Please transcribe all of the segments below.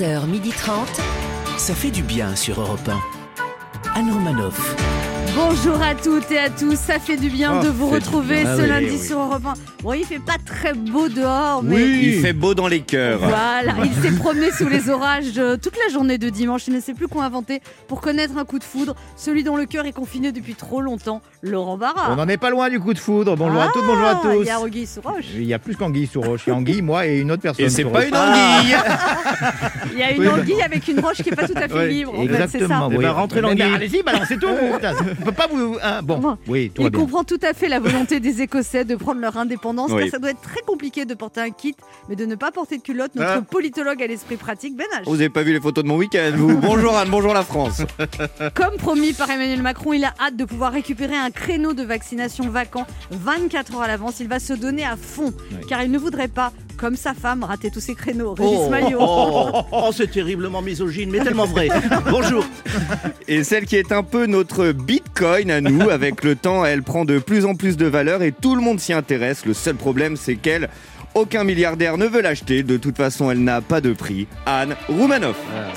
11h30. Ça fait du bien sur Europe 1. Anne Romanoff. Bonjour à toutes et à tous, ça fait du bien de vous retrouver ce lundi sur Europe 1. Bon, il fait pas très beau dehors, mais... Oui, il fait beau dans les cœurs. Voilà, il s'est promené sous les orages toute la journée de dimanche. Il ne sait plus quoi inventer pour connaître un coup de foudre, celui dont le cœur est confiné depuis trop longtemps, Laurent Barra. On n'en est pas loin du coup de foudre. Bonjour à toutes, bonjour à tous. Il y a Anguille sous roche. Il y a plus qu'Anguille sous roche. Il y a Anguille, moi et une autre personne. Et c'est sous pas roche. une anguille. Il y a une anguille avec une roche qui n'est pas tout à fait libre. En fait, c'est ça. Exactement. Oui. rentrez l'anguille. Allez-y, balancez tout. On peut pas vous. Bon, oui, tout va Il bien. comprend tout à fait la volonté des Écossais de prendre leur indépendance, Oui. car ça doit être très compliqué de porter un kit, mais de ne pas porter de culotte. Notre politologue à l'esprit pratique, Ben H. Vous avez pas vu les photos de mon week-end, vous. Bonjour Anne, bonjour la France. Comme promis par Emmanuel Macron, il a hâte de pouvoir récupérer un créneau de vaccination vacant 24 heures à l'avance. Il va se donner à fond, car il ne voudrait pas, comme sa femme, rater tous ses créneaux. Régis Maillot. C'est terriblement misogyne, mais tellement vrai. Bonjour. Et celle qui est un peu notre bitcoin à nous, avec le temps, elle prend de plus en plus de valeur et tout le monde s'y intéresse. Le seul problème, c'est qu'elle, aucun milliardaire ne veut l'acheter. De toute façon, elle n'a pas de prix. Anne Romanoff.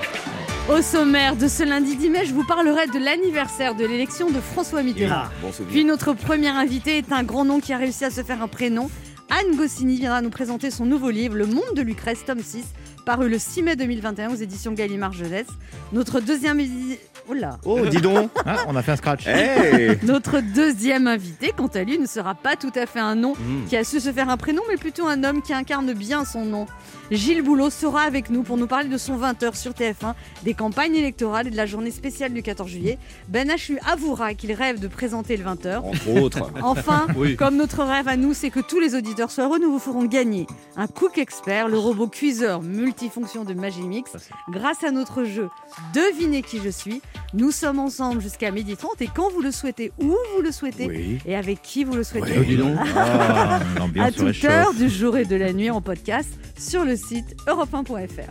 Au sommaire de ce lundi 10 mai, je vous parlerai de l'anniversaire de l'élection de François Mitterrand. Bon souvenir. Puis notre premier invité est un grand nom qui a réussi à se faire un prénom. Anne Goscinny viendra nous présenter son nouveau livre, Le Monde de Lucrèce, tome 6, paru le 6 mai 2021 aux éditions Gallimard Jeunesse. Notre deuxième... Oh, dis donc. On a fait un scratch. Hey. Notre deuxième invité, quant à lui, ne sera pas tout à fait un nom qui a su se faire un prénom, mais plutôt un homme qui incarne bien son nom. Gilles Boulot sera avec nous pour nous parler de son 20h sur TF1, des campagnes électorales et de la journée spéciale du 14 juillet. Ben H avouera qu'il rêve de présenter le 20h. Entre autres. Enfin, Oui. comme notre rêve à nous, c'est que tous les auditeurs soient heureux, nous vous ferons gagner un Cook Expert, le robot cuiseur multifonction de Magimix, grâce à notre jeu Devinez qui je suis. Nous sommes ensemble jusqu'à 12h30 et quand vous le souhaitez, où vous le souhaitez Oui. et avec qui vous le souhaitez. Dis donc. À L'ambiance se toute heure réchauffe. du jour et de la nuit en podcast sur le site europe1.fr.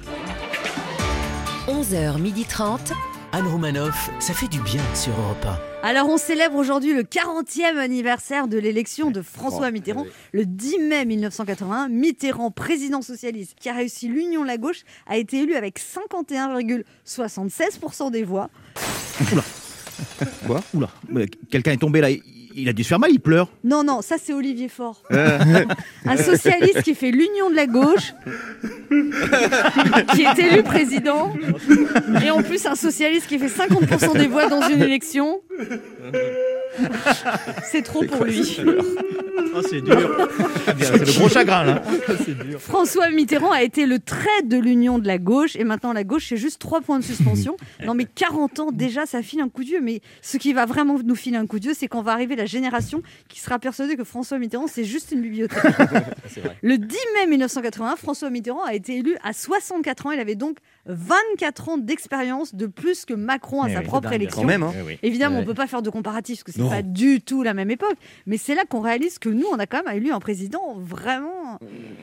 11h30. Anne Romanoff, ça fait du bien sur Europe 1. Alors on célèbre aujourd'hui le 40e anniversaire de l'élection de François Mitterrand. Le 10 mai 1981, Mitterrand, président socialiste qui a réussi l'union de la gauche, a été élu avec 51,76% des voix. Quoi ? Oula. Quelqu'un est tombé là. Il a dû se faire mal, il pleure. Non, ça c'est Olivier Faure. Un socialiste qui fait l'union de la gauche, qui est élu président, et en plus un socialiste qui fait 50% des voix dans une élection. C'est trop pour lui. C'est dur. C'est le gros chagrin là. François Mitterrand a été le trait de l'union de la gauche, et maintenant la gauche c'est juste 3 points de suspension. Non mais 40 ans déjà ça file un coup de vieux, mais ce qui va vraiment nous filer un coup de vieux, c'est qu'on va arriver la génération qui sera persuadée que François Mitterrand c'est juste une bibliothèque. Le 10 mai 1981, François Mitterrand a été élu à 64 ans, il avait donc 24 ans d'expérience de plus que Macron à sa propre élection. Quand même, hein. Évidemment, on ne peut pas faire de comparatif parce que c'est pas du tout la même époque. Mais c'est là qu'on réalise que nous, on a quand même élu un président vraiment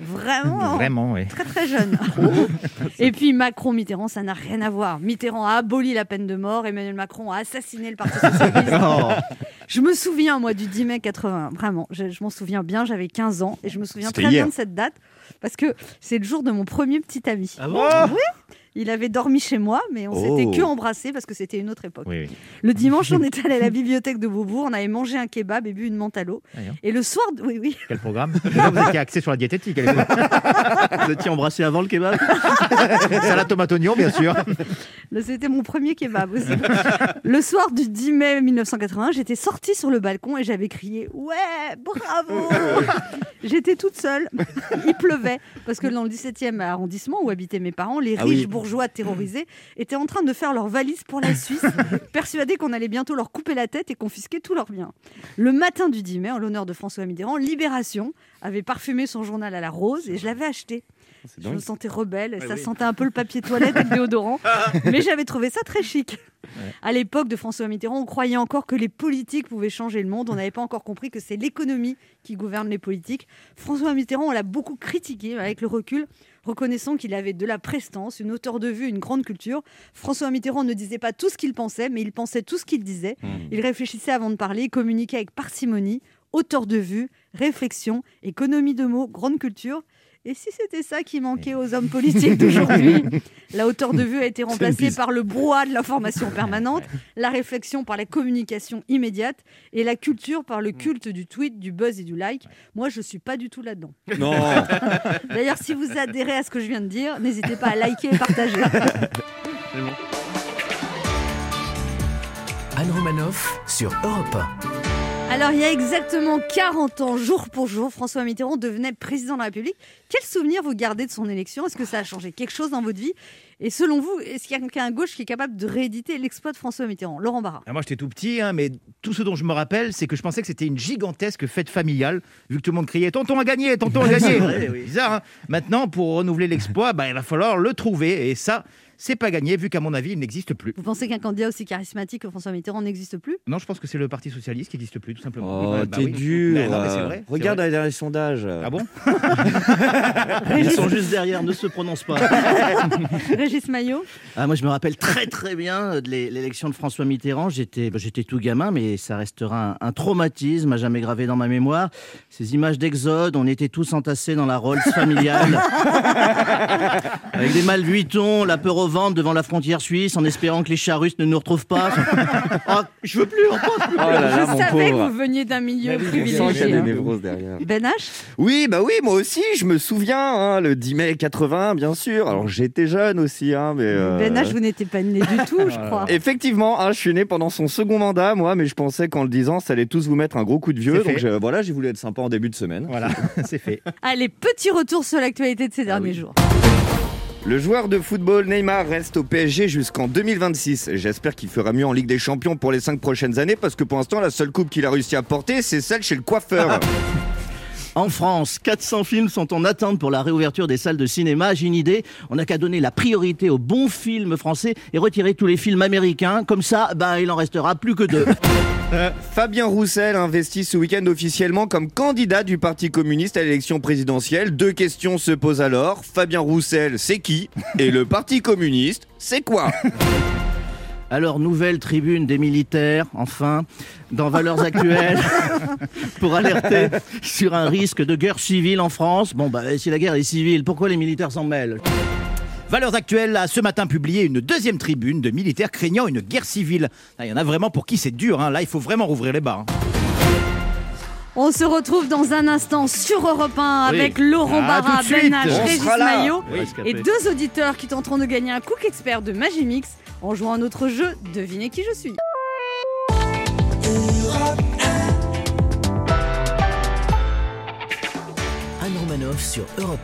Oui. très très jeune. Et puis Macron-Mitterrand, ça n'a rien à voir. Mitterrand a aboli la peine de mort, Emmanuel Macron a assassiné le Parti Socialiste. Je me souviens, moi, du 10 mai 80. Vraiment, je m'en souviens bien, j'avais 15 ans et je me souviens C'était très hier. bien de cette date parce que c'est le jour de mon premier petit ami. Ah bon ? Oui. Il avait dormi chez moi, mais on s'était que embrassés parce que c'était une autre époque. Oui. Le dimanche, on était allé à la bibliothèque de Beaubourg, on avait mangé un kebab et bu une menthe à l'eau. Et le soir, oui. Quel programme ? Là, vous étiez axé sur la diététique. à l'époque. Vous étiez embrassé avant le kebab ? Salade tomate oignon, bien sûr. Là, c'était mon premier kebab aussi. Le soir du 10 mai 1980, j'étais sortie sur le balcon et j'avais crié « Ouais, bravo !» J'étais toute seule. Il pleuvait parce que dans le 17e arrondissement où habitaient mes parents, les riches bourgeois terrorisés étaient en train de faire leurs valises pour la Suisse, persuadés qu'on allait bientôt leur couper la tête et confisquer tous leurs biens. Le matin du 10 mai, en l'honneur de François Mitterrand, Libération avait parfumé son journal à la rose et je l'avais acheté. Je me sentais rebelle, ça sentait un peu le papier toilette et le déodorant, mais j'avais trouvé ça très chic. À l'époque de François Mitterrand, on croyait encore que les politiques pouvaient changer le monde. On n'avait pas encore compris que c'est l'économie qui gouverne les politiques. François Mitterrand, on l'a beaucoup critiqué avec le recul, reconnaissant qu'il avait de la prestance, une hauteur de vue, une grande culture. François Mitterrand ne disait pas tout ce qu'il pensait, mais il pensait tout ce qu'il disait. Il réfléchissait avant de parler, communiquait avec parcimonie, hauteur de vue, réflexion, économie de mots, grande culture. Et si c'était ça qui manquait aux hommes politiques d'aujourd'hui? La hauteur de vue a été remplacée par le brouhaha de l'information permanente, la réflexion par la communication immédiate et la culture par le culte du tweet, du buzz et du like. Moi, je suis pas du tout là-dedans. Non. D'ailleurs, si vous adhérez à ce que je viens de dire, n'hésitez pas à liker et partager. Anne Romanoff sur Europe 1. Alors, il y a exactement 40 ans, jour pour jour, François Mitterrand devenait président de la République. Quel souvenir vous gardez de son élection? Est-ce que ça a changé quelque chose dans votre vie? Et selon vous, est-ce qu'il y a quelqu'un à gauche qui est capable de rééditer l'exploit de François Mitterrand? Laurent Barra. Moi, j'étais tout petit, mais tout ce dont je me rappelle, c'est que je pensais que c'était une gigantesque fête familiale, vu que tout le monde criait « Tonton a gagné, tonton a gagné !» Bizarre, hein. Maintenant, pour renouveler l'exploit, il va falloir le trouver. Et ça, c'est pas gagné, vu qu'à mon avis, il n'existe plus. Vous pensez qu'un candidat aussi charismatique que François Mitterrand n'existe plus? Non, je pense que c'est le Parti Socialiste qui n'existe plus, tout simplement. Oh, t'es dur. Non, mais c'est vrai. Regarde les derniers sondages. Ah bon? Ils sont juste derrière, ne se prononcent pas. Régis Maillot. Moi, je me rappelle très très bien de l'élection de François Mitterrand. J'étais tout gamin, mais ça restera un traumatisme à jamais gravé dans ma mémoire. Ces images d'exode, on était tous entassés dans la Rolls familiale, avec des mal Vuitton, la peur au ventre devant la frontière suisse, en espérant que les chars russes ne nous retrouvent pas. Je veux plus, on pense plus. Oh là là, Je mon savais pauvre. que vous veniez d'un milieu On sent qu'il y a privilégié. des hein. névroses derrière. Ben H. Oui, moi aussi, je me souviens, le 10 mai 80, bien sûr. Alors, j'étais jeune aussi, mais... Ben H, vous n'étiez pas né du tout, je crois. Effectivement, je suis né pendant son second mandat, moi, mais je pensais qu'en le disant, ça allait tous vous mettre un gros coup de vieux. C'est Donc, fait. j'ai voulu être sympa en début de semaine. Voilà, c'est fait. Allez, petit retour sur l'actualité de ces derniers jours. Le joueur de football Neymar reste au PSG jusqu'en 2026. J'espère qu'il fera mieux en Ligue des Champions pour les 5 prochaines années, parce que pour l'instant, la seule coupe qu'il a réussi à porter, c'est celle chez le coiffeur. En France, 400 films sont en attente pour la réouverture des salles de cinéma. J'ai une idée, on n'a qu'à donner la priorité aux bons films français et retirer tous les films américains. Comme ça, il en restera plus que 2. Fabien Roussel investit ce week-end officiellement comme candidat du Parti communiste à l'élection présidentielle. 2 questions se posent alors. Fabien Roussel, c'est qui? Et le Parti communiste, c'est quoi? Alors, nouvelle tribune des militaires, enfin, dans Valeurs Actuelles, pour alerter sur un risque de guerre civile en France. Si la guerre est civile, pourquoi les militaires s'en mêlent? Valeurs Actuelles a ce matin publié une 2e tribune de militaires craignant une guerre civile. Il y en a vraiment pour qui c'est dur. Là, il faut vraiment rouvrir les bars. On se retrouve dans un instant sur Europe 1 avec Laurent Barra, tout de suite. Ben H, On Régis sera là. Maillot Oui. et 2 auditeurs qui tenteront de gagner un Cook Expert de Magimix en jouant à notre jeu Devinez qui je suis. Anne Romanoff sur Europe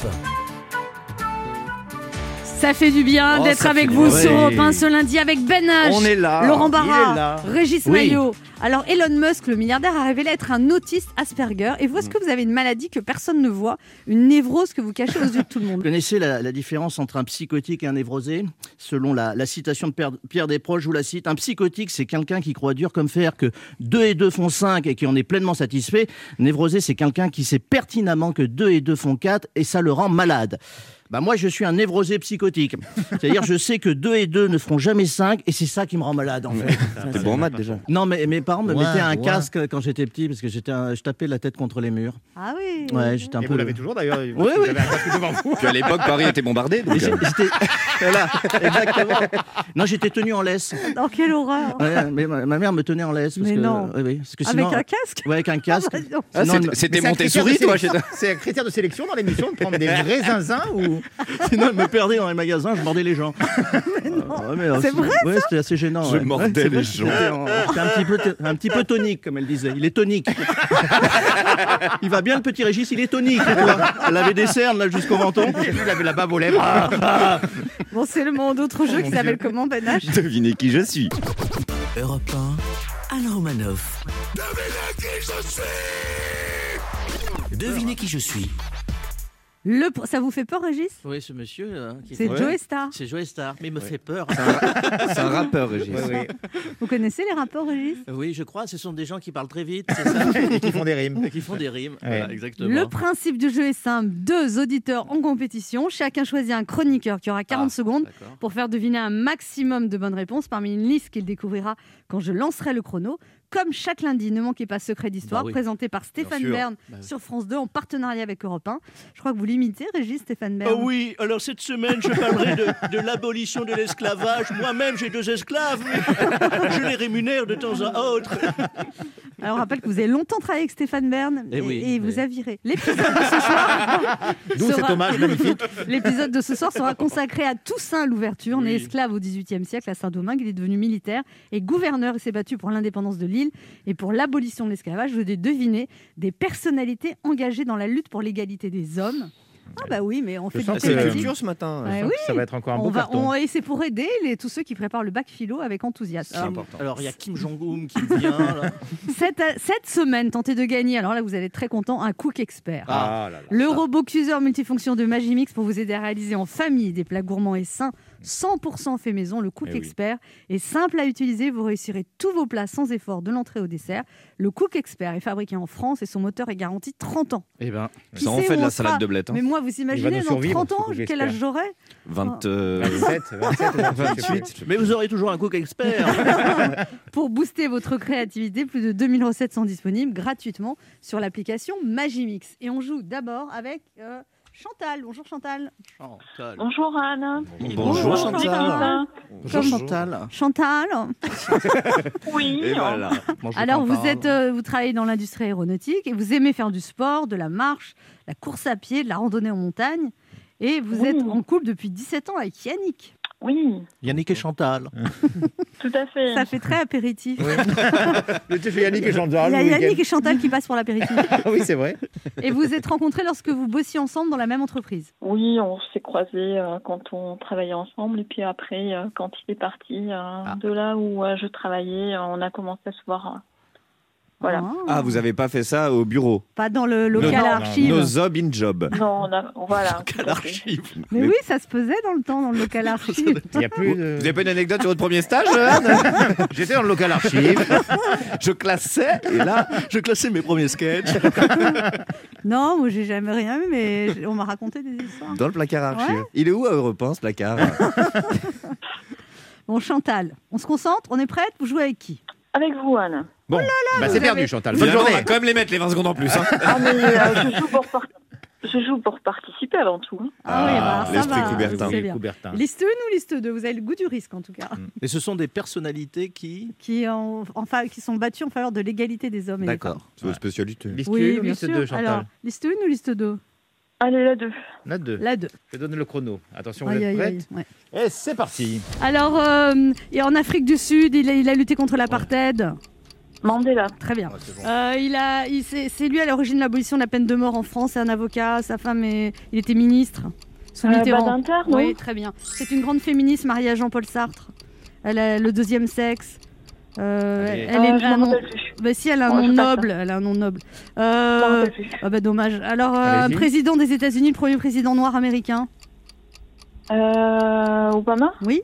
Ça fait du bien d'être ça avec fait vous du bien. sur Oui. Europe 1 ce lundi avec Ben H, On est là. Laurent Il Barra, est là. Régis Oui. Maillot. Alors Elon Musk, le milliardaire, a révélé être un autiste Asperger. Et vous, est-ce que vous avez une maladie que personne ne voit, une névrose que vous cachez aux yeux de tout le monde? Vous connaissez la différence entre un psychotique et un névrosé? Selon la citation de Pierre Desproges, je vous la cite, un psychotique, c'est quelqu'un qui croit dur comme fer que 2 et 2 font 5 et qui en est pleinement satisfait. Névrosé, c'est quelqu'un qui sait pertinemment que 2 et 2 font 4 et ça le rend malade. Moi, je suis un névrosé psychotique. C'est-à-dire, je sais que 2 et 2 ne feront jamais 5 et c'est ça qui me rend malade, en fait. T'es bon en maths déjà. Non, mais mes parents me mettaient un ouais. casque quand j'étais petit parce que je tapais la tête contre les murs. Ah oui. Ouais, j'étais un Et peu... vous l'avez toujours d'ailleurs. Oui. Vous avez un casque devant vous. Puis à l'époque, Paris était bombardé. Donc, J'étais... Voilà, exactement. Non, j'étais tenu en laisse. Dans quelle horreur. Ouais, mais ma mère me tenait en laisse. Parce Mais que, non. oui, parce que sinon, Avec un casque. Ouais, avec un casque. Ah, bah, non. Ah, Sinon, elle me- c'était Mais c'est un Montessori, critère de toi, chez toi. sélection. C'est un critère de sélection dans l'émission de prendre des vrais zinzins ou. sinon, elle me perdait dans les magasins, je mordais les gens. C'est vrai, ouais, c'était assez gênant. Je mordais c'est vrai, les gens. C'était un petit peu tonique, comme elle disait. Il est tonique. Il va bien, le petit Régis, il est tonique. Et toi, elle avait des cernes là jusqu'au menton. Il avait la bave aux lèvres. Bon, c'est le moment d'autres jeux qui s'appelle comment, Ben H? Devinez qui je suis. Europe 1, Anne Romanoff. Devinez qui je suis. Ça vous fait peur, Régis? Oui, ce monsieur. C'est Joey Star. C'est Joey Star, mais il me fait peur. C'est un rappeur, Régis. Vous connaissez les rappeurs, Régis? Oui, je crois, ce sont des gens qui parlent très vite, c'est ça? Et qui font des rimes. Qui font des rimes. Ouais. Voilà, exactement. Le principe du jeu est simple. 2 auditeurs en compétition. Chacun choisit un chroniqueur qui aura 40 secondes D'accord. pour faire deviner un maximum de bonnes réponses parmi une liste qu'il découvrira quand je lancerai le chrono. Comme chaque lundi, ne manquez pas Secret d'Histoire, Bah oui. présenté par Stéphane sûr. Bern sur France 2 en partenariat avec Europe 1. Je crois que vous l'imitez, Régis, Stéphane Bern. Oh oui, alors cette semaine, je parlerai de l'abolition de l'esclavage. Moi-même, j'ai 2 esclaves, mais je les rémunère de temps à autre. Alors, on rappelle que vous avez longtemps travaillé avec Stéphane Bern Eh oui, et vous mais- a viré. L'épisode de ce soir... D'où cet sera- hommage magnifique. L'épisode de ce soir sera consacré à Toussaint Louverture, né Oui. esclave au XVIIIe siècle à Saint-Domingue. Il est devenu militaire et gouverneur. Il s'est battu pour l'indépendance de l'île et pour l'abolition de l'esclavage. Je vais deviner des personnalités engagées dans la lutte pour l'égalité des hommes. Ah bah oui, mais on fait sens du C'est que- la thématique. culture ce matin. Ouais, Je sens oui. que ça va être encore un beau carton. Et c'est pour aider tous ceux qui préparent le bac philo avec enthousiasme. C'est important. Alors, il y a Kim Jong-un qui vient. Là. Cette semaine, tentez de gagner, alors là vous allez être très content, un cook expert. Ah là là. Le robot cuiseur multifonction de Magimix pour vous aider à réaliser en famille des plats gourmands et sains, 100% fait maison. Le Cook Eh oui. Expert est simple à utiliser, vous réussirez tous vos plats sans effort de l'entrée au dessert. Le Cook Expert est fabriqué en France et son moteur est garanti 30 ans. Eh ben, Qui Ça en sait fait où de on la sera salade de bled. Mais moi, vous imaginez, nous dans survivre, 30 ans, ce Cook quel âge Expert. j'aurai 20, 27, 27 ou 28. mais vous aurez toujours un cook expert. Pour booster votre créativité, plus de 2000 recettes sont disponibles gratuitement sur l'application Magimix. Et on joue d'abord avec Chantal. Bonjour Chantal. Bonjour Anne. Bonjour, Chantal. Bonjour Chantal. Chantal. Oui. Et voilà. Bonjour, Alors, Quentin. vous travaillez dans l'industrie aéronautique et vous aimez faire du sport, de la marche, la course à pied, de la randonnée en montagne. Et vous Oui. êtes en couple depuis 17 ans avec Yannick. Oui, Yannick et Chantal. tout à fait. Ça fait très apéritif. Tu fais Yannick et Chantal. Il y a le Yannick week-end. et Chantal qui passent pour l'apéritif. Ah oui, c'est vrai. Et vous êtes rencontrés lorsque vous bossiez ensemble dans la même entreprise. Oui, on s'est croisés quand on travaillait ensemble. Et puis après, quand il est parti de là où je travaillais, on a commencé à se voir. Voilà. Ah, vous avez pas fait ça au bureau. Pas dans le local Non, archive. No job in job. Non, voilà. tout à fait. Mais oui, ça se faisait dans le temps, dans le local archive. Il y a plus de... Vous avez pas une anecdote sur votre premier stage, Anne? J'étais dans le local archive. Je classais et là, Je classais mes premiers sketchs. Non, moi j'ai jamais rien eu, mais on m'a raconté des histoires. dans le placard archive. Ouais. Il est où à Europe 1, ce placard? Bon, Chantal, on se concentre, on est prête? Vous jouez avec qui? Avec vous, Anne. Bon, bah, c'est vous perdu, avez- Chantal. Bonne Finalement, on journée. va quand même les mettre les 20 secondes en plus. Hein. Ah, mais je joue pour participer avant tout. Hein. Ah oui, bah, ça l'esprit va, Coubertin. c'est bien. Coubertin. Liste 1 ou liste 2? Vous avez le goût du risque en tout cas. Et ce sont des personnalités qui... Qui sont battues en faveur de l'égalité des hommes et des femmes. C'est votre spécialité. Liste Oui, 1 ou bien liste sûr. 2, Chantal? Alors, liste 1 ou liste 2? Allez, la 2. La 2. La 2. Je donne le chrono. Attention, vous Aïe, êtes aïe, prête? aïe, ouais. Et c'est parti. Alors, et en Afrique du Sud, il a lutté contre l'apartheid. Mandela. Très bien. Ah, c'est bon. C'est lui à l'origine de l'abolition de la peine de mort en France. C'est un avocat. Sa femme, il était ministre sous Mitterrand. Badinter, non? Oui, très bien. C'est une grande féministe mariée à Jean-Paul Sartre. Elle a le deuxième sexe. Allez. Elle est je un m'en nom. rappelle plus. Bah si, elle a un Moi, nom je passe, noble. Elle a un nom noble. Je m'en rappelle plus. Ah bah dommage. Alors, Allez-y. président des États-Unis, le premier président noir américain. Obama? Oui.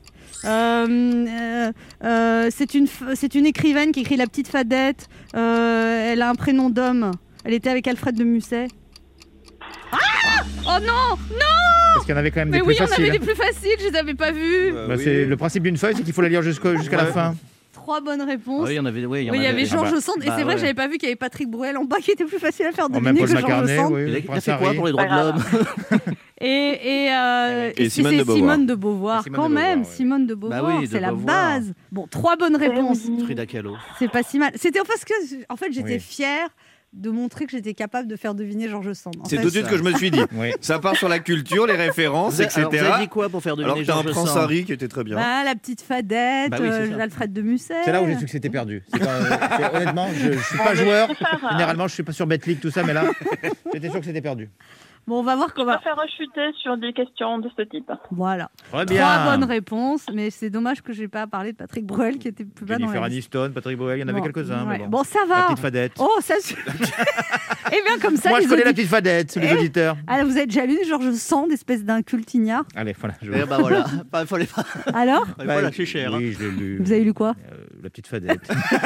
C'est une écrivaine qui écrit La Petite Fadette. Elle a un prénom d'homme. Elle était avec Alfred de Musset. Ah! Oh non! Parce qu'il y en avait quand même Mais des oui, plus on faciles. avait des plus faciles, je les avais pas vus. Bah, c'est le principe d'une feuille, c'est qu'il faut la lire jusqu'à la Ouais. fin. 3 bonnes réponses. Ah oui, il y en avait. Oui, Oui, il y avait Georges bah, Sand. Et bah c'est vrai ouais. que j'avais pas vu qu'il y avait Patrick Bruel en bas qui était plus facile à faire En même deviner Paul que Georges McCartney, Sand. oui. Il a Prince fait quoi Harry. pour les droits de Pas l'homme? Et Simone c'est de Beauvoir. Simone de Beauvoir. Et Simone Quand de même, Beauvoir, ouais. Simone de Beauvoir, Bah oui, de c'est la Beauvoir. base. Bon, 3 bonnes réponses. Frida Kahlo. C'est pas si mal. C'était parce que, en fait, j'étais Oui. fière de montrer que j'étais capable de faire deviner Georges Sand. En C'est fait, tout de suite que je me suis dit. Oui. Ça part sur la culture, les références, Alors, vous etc. avez dit quoi pour faire Alors deviner que t'as un Georges Prince Sand? Harry qui était très bien. bah, la petite Fadette, Bah oui, c'est ça. Alfred de Musset. C'est là où j'ai su que c'était perdu. Honnêtement, je ne suis pas joueur. Généralement, je suis pas sur Betclic, tout ça, mais là, j'étais sûr que c'était perdu. Bon, on va voir Je comment. préfère rechuter sur des questions de ce type. Voilà. Très 3 bonnes réponses, mais c'est dommage que j'ai pas parlé de Patrick Bruel qui était plus bas dans Jennifer la liste. Aniston, Patrick Bruel, il y en avait Bon, quelques-uns. ouais. mais Bon, ça La va. petite fadette. Oh, ça. Eh bien, comme ça, Moi, les je connais la auditeurs- petite fadette, les Eh. auditeurs. Ah, vous avez déjà lu Georges Sand, espèce d'inculte Allez, voilà. Eh ben voilà, il fallait pas Alors lâcher cher. hein. Oui, je l'ai lu. Vous avez lu quoi? La petite fadette.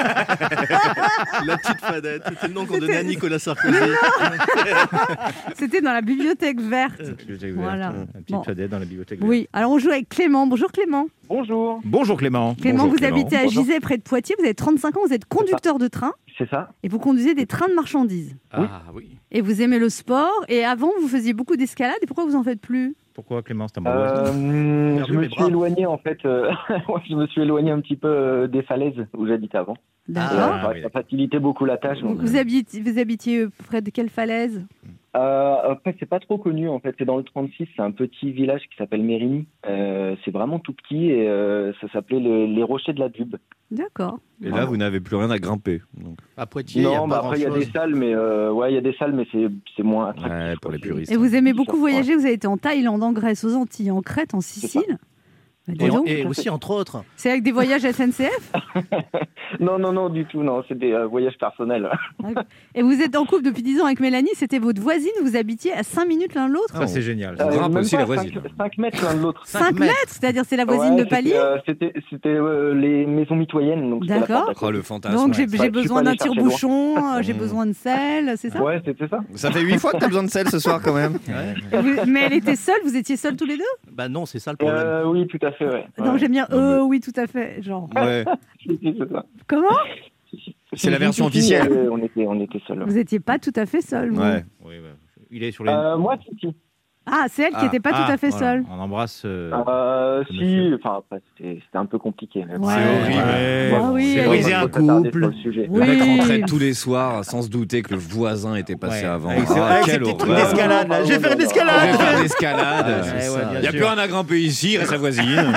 La petite fadette, c'est le nom qu'on donnait à Nicolas Sarkozy. C'était dans la bibliothèque verte. Voilà. La petite Bon. fadette dans la bibliothèque. Oui, alors on joue avec Clément. Bonjour Clément. Bonjour, Bonjour Clément. Clément, Bonjour, vous Clément. habitez à Bonjour. Gizeh, près de Poitiers. Vous avez 35 ans, vous êtes conducteur de train c'est ça? et vous conduisez des trains de marchandises. Ah oui. Et vous aimez le sport. Et avant, vous faisiez beaucoup d'escalade. Et pourquoi vous en faites plus? Pourquoi Clément, c'est un bon oiseau Je Perdu me mes suis bras. éloigné en fait, ouais, je me suis éloigné un petit peu des falaises où j'habitais avant. D'accord. Ah, oui, Ça facilitait beaucoup la tâche. donc, Vous habitiez près de quelle falaise? Après, c'est pas trop connu en fait, c'est dans le 36, c'est un petit village qui s'appelle Mérigny. C'est vraiment tout petit et ça s'appelait les Rochers de la Dube. D'accord. Et là, vous n'avez plus rien à grimper. Donc. À Poitiers, il y a Non, pas après il y a grand-chose. des salles, mais ouais, il y a des salles, mais c'est moins attractif. Ouais, pour les quoi. puristes. Et vous aimez beaucoup Sur- voyager. Vous avez été en Thaïlande, en Grèce, aux Antilles, en Crète, en Sicile. Bah, dis donc. Et aussi, entre autres, C'est avec des voyages SNCF. Non, du tout, non, c'est des voyages personnels. Et vous êtes en couple depuis 10 ans avec Mélanie. C'était votre voisine. Vous habitiez à 5 minutes l'un de l'autre. Ça, c'est génial. On grimpe même aussi pas les voisines. 5 mètres l'un de l'autre. 5 mètres, c'est-à-dire c'est la voisine Ouais, de palier. C'était les maisons mitoyennes. Donc c'était la D'accord. porte à côté. Oh, le fantasme. Donc j'ai ouais. Ouais, j'ai tu peux besoin aller d'un chercher tire-bouchon, j'ai Mmh. besoin de sel, c'est ça? Ouais, c'était ça. Ça fait 8 fois que t'as besoin de sel ce soir quand même. Mais elle était seule, vous étiez seuls tous les deux? bah non, c'est ça le problème. Oui, tout à fait, ouais. Donc Ouais. j'aime bien, Non, mais- oui, tout à fait. Genre, Ouais. Si, c'est ça. comment? C'est la version Si, officielle. on était seuls. Vous n'étiez pas tout à fait seul. vous. Ouais. Oui, ouais. Il est sur les. Moi, si. Ah, c'est elle qui n'était pas tout à fait voilà. seule. On embrasse. Si, monsieur. enfin, après, c'était un peu compliqué. Mais Ouais. C'est horrible. Ouais. Ah oui, C'est elle- briser un couple. Oui. Le mec rentrait tous les soirs sans se douter que le voisin était passé Ouais. avant. Avec ces- Ah, avec ces quelle petits trucs horreur. d'escalade, là. Je vais faire une Je escalade. vais faire l'escalade. Ouais, ouais, bien Il n'y a sûr. plus rien à grimper ici, reste la voisine.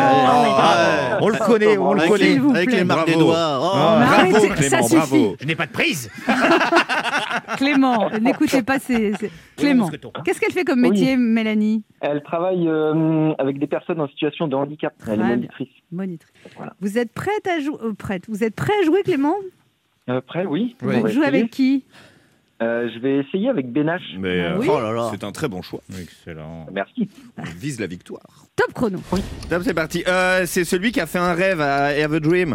Ah, on le connaît, on le Avec connaît. S'il vous Avec plaît. les marques des Bravo. doigts. Oh. Ah, Mais bravo arrêtez, ça Clément, suffit. bravo. Je n'ai pas de prise. Clément, n'écoutez pas Clément, mousqueton. qu'est-ce qu'elle fait comme métier, Mélanie? Elle travaille avec des personnes en situation de handicap. Elle est Très bien. monitrice. Monitrice. Voilà. Vous êtes prête à jouer? Vous êtes prêt à jouer, Clément? Prêt, oui. Oui. On Vous va jouez essayer. avec qui? Je vais essayer avec Benache. Mais Ah oui. Oh là là. c'est un très bon choix. Excellent. Merci. On vise la victoire. Top chrono. Top, c'est parti. C'est celui qui a fait un rêve à Have a Dream.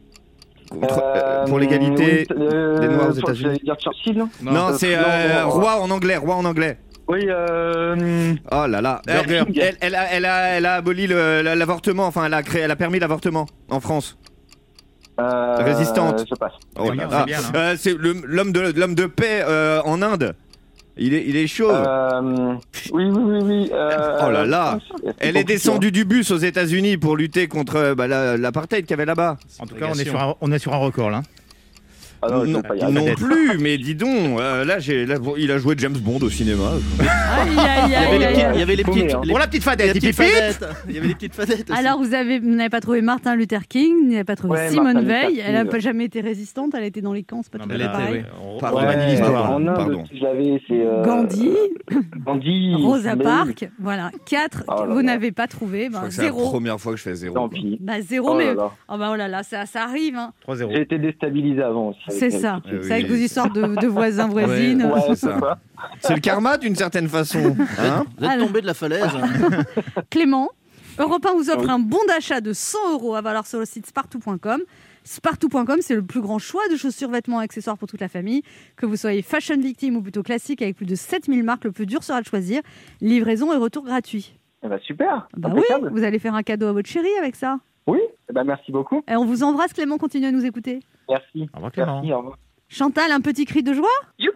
Pour l'égalité oui, des Noirs aux États-Unis. J'allais dire Churchill, non Non, c'est non, roi en anglais. Roi en anglais. Oui, Oh là là. Burger. Elle a aboli l'avortement. Enfin, elle a permis l'avortement en France. Résistante. Je passe. Oh bien, là c'est bien, là. C'est l'homme de paix en Inde. Il est chauve. Oui. Oh là là. Elle est descendue du bus aux États-Unis pour lutter contre l'apartheid qu'il y avait là-bas. En tout cas, on est sur un record là. Ah non, je Non, peux pas y arriver. non plus, mais dis donc, là, il a joué James Bond au cinéma. Aïe, aïe, aïe, aïe, aïe. Il y avait les petites, Hein. Pour la petite les fadette, petites pip, pip. fadettes. Il y avait les petites fadettes aussi. Alors, vous n'avez pas trouvé Martin Luther King, vous n'avez pas trouvé Ouais, Simone Martin Luther Veil. King. Elle n'a pas jamais été résistante, elle a été dans les camps, c'est pas Non, tout mais à elle fait était, pareil. ouais. On Pardon. remanie l'histoire. En Inde, Pardon. si j'avais, c'est Gandhi, Gandhi, Rosa mais Parks, voilà. 4, Oh là vous là. n'avez pas trouvé, Je crois ben, que c'est la 0. première fois que je fais 0. Tant pis. Bah, 0, Oh là mais là. oh, bah, oh là là, ça arrive. Hein. 3-0. J'ai été déstabilisé avant aussi. avec C'est elle. ça. oui. C'est avec vos histoires de voisins, voisines. Ouais, C'est c'est ça. ça. C'est le karma d'une certaine façon. Hein Vous êtes Alors. tombé de la falaise. Clément, Europe 1 vous offre Oui. un bon d'achat de 100 € à valoir sur le site spartou.com. Spartou.com, c'est le plus grand choix de chaussures, vêtements, accessoires pour toute la famille. Que vous soyez fashion victime ou plutôt classique, avec plus de 7000 marques, le plus dur sera de choisir. Livraison et retour gratuit. Eh ben, super. Bah oui, Impeccable. vous allez faire un cadeau à votre chérie avec ça. Oui. Eh ben, merci beaucoup. Et on vous embrasse, Clément, continuez à nous écouter. Merci. Au revoir, Clément. Merci, au revoir. Chantal, un petit cri de joie.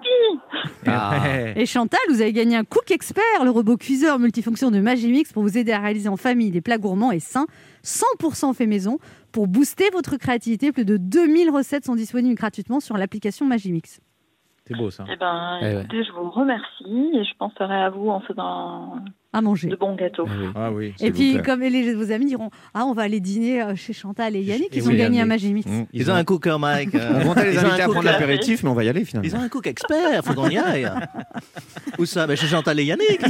Ah. Et Chantal, vous avez gagné un Cook Expert, le robot cuiseur multifonction de Magimix pour vous aider à réaliser en famille des plats gourmands et sains, 100% fait maison. Pour booster votre créativité, plus de 2000 recettes sont disponibles gratuitement sur l'application Magimix. C'est beau ça. Eh ben, Eh ouais. écoutez, je vous remercie et je penserai à vous en faisant À manger. de bons gâteaux. Ah oui. Et puis, comme vos amis diront, on va aller dîner chez Chantal et Yannick, Et ils oui, ont gagné Yannick. un Magimix. Ils ont un cook, Mike. On va les Ils ont inviter un à cook- prendre l'apéritif, mais on va y aller finalement. Ils ont un cook expert, faut qu'on y aille. Où ça? Chez Chantal et Yannick.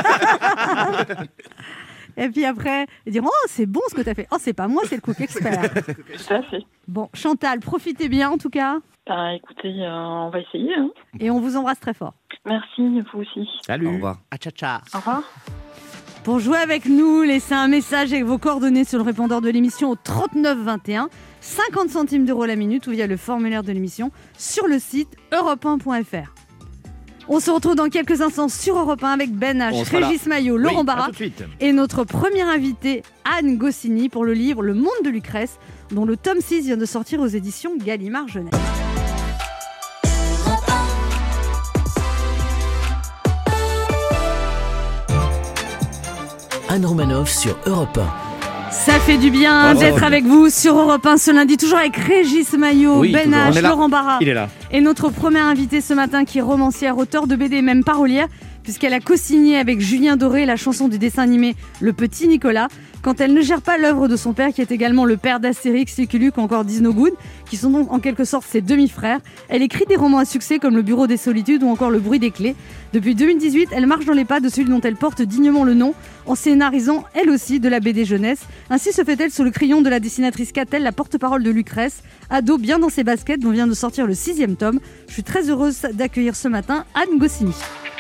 Et puis après, ils diront, oh, c'est bon ce que tu as fait. Oh, c'est pas moi, c'est le Cook Expert. Tout à fait. Bon, Chantal, profitez bien en tout cas. Ben, écoutez, on va essayer. Hein. Et on vous embrasse très fort. Merci, vous aussi. Au Salut. revoir. Ah, tcha tcha. Au revoir. Pour jouer avec nous, laissez un message avec vos coordonnées sur le répondeur de l'émission au 39 21, 50 centimes d'euros la minute ou via le formulaire de l'émission sur le site europe1.fr. On se retrouve dans quelques instants sur Europe 1 avec Ben H, Régis Maillot, Laurent Barra et notre première invitée, Anne Goscinny, pour le livre Le Monde de Lucrèce, dont le tome 6 vient de sortir aux éditions Gallimard Jeunesse. Anne Romanoff sur Europe 1. Ça fait du bien d'être avec vous sur Europe 1 ce lundi, toujours avec Régis Maillot, Ben H, Laurent Barra. Il est là. Et notre première invitée ce matin qui est romancière, auteure de BD et même parolière, puisqu'elle a co-signé avec Julien Doré la chanson du dessin animé Le Petit Nicolas, quand elle ne gère pas l'œuvre de son père, qui est également le père d'Astérix, Lucky Luke ou encore Dino Good, qui sont donc en quelque sorte ses demi-frères. Elle écrit des romans à succès comme Le Bureau des Solitudes ou encore Le Bruit des Clés. Depuis 2018, elle marche dans les pas de celui dont elle porte dignement le nom, en scénarisant elle aussi de la BD jeunesse. Ainsi se fait-elle sous le crayon de la dessinatrice Catel, la porte-parole de Lucrèce, ado bien dans ses baskets, dont vient de sortir le 6e tome. Je suis très heureuse d'accueillir ce matin Anne Goscinny.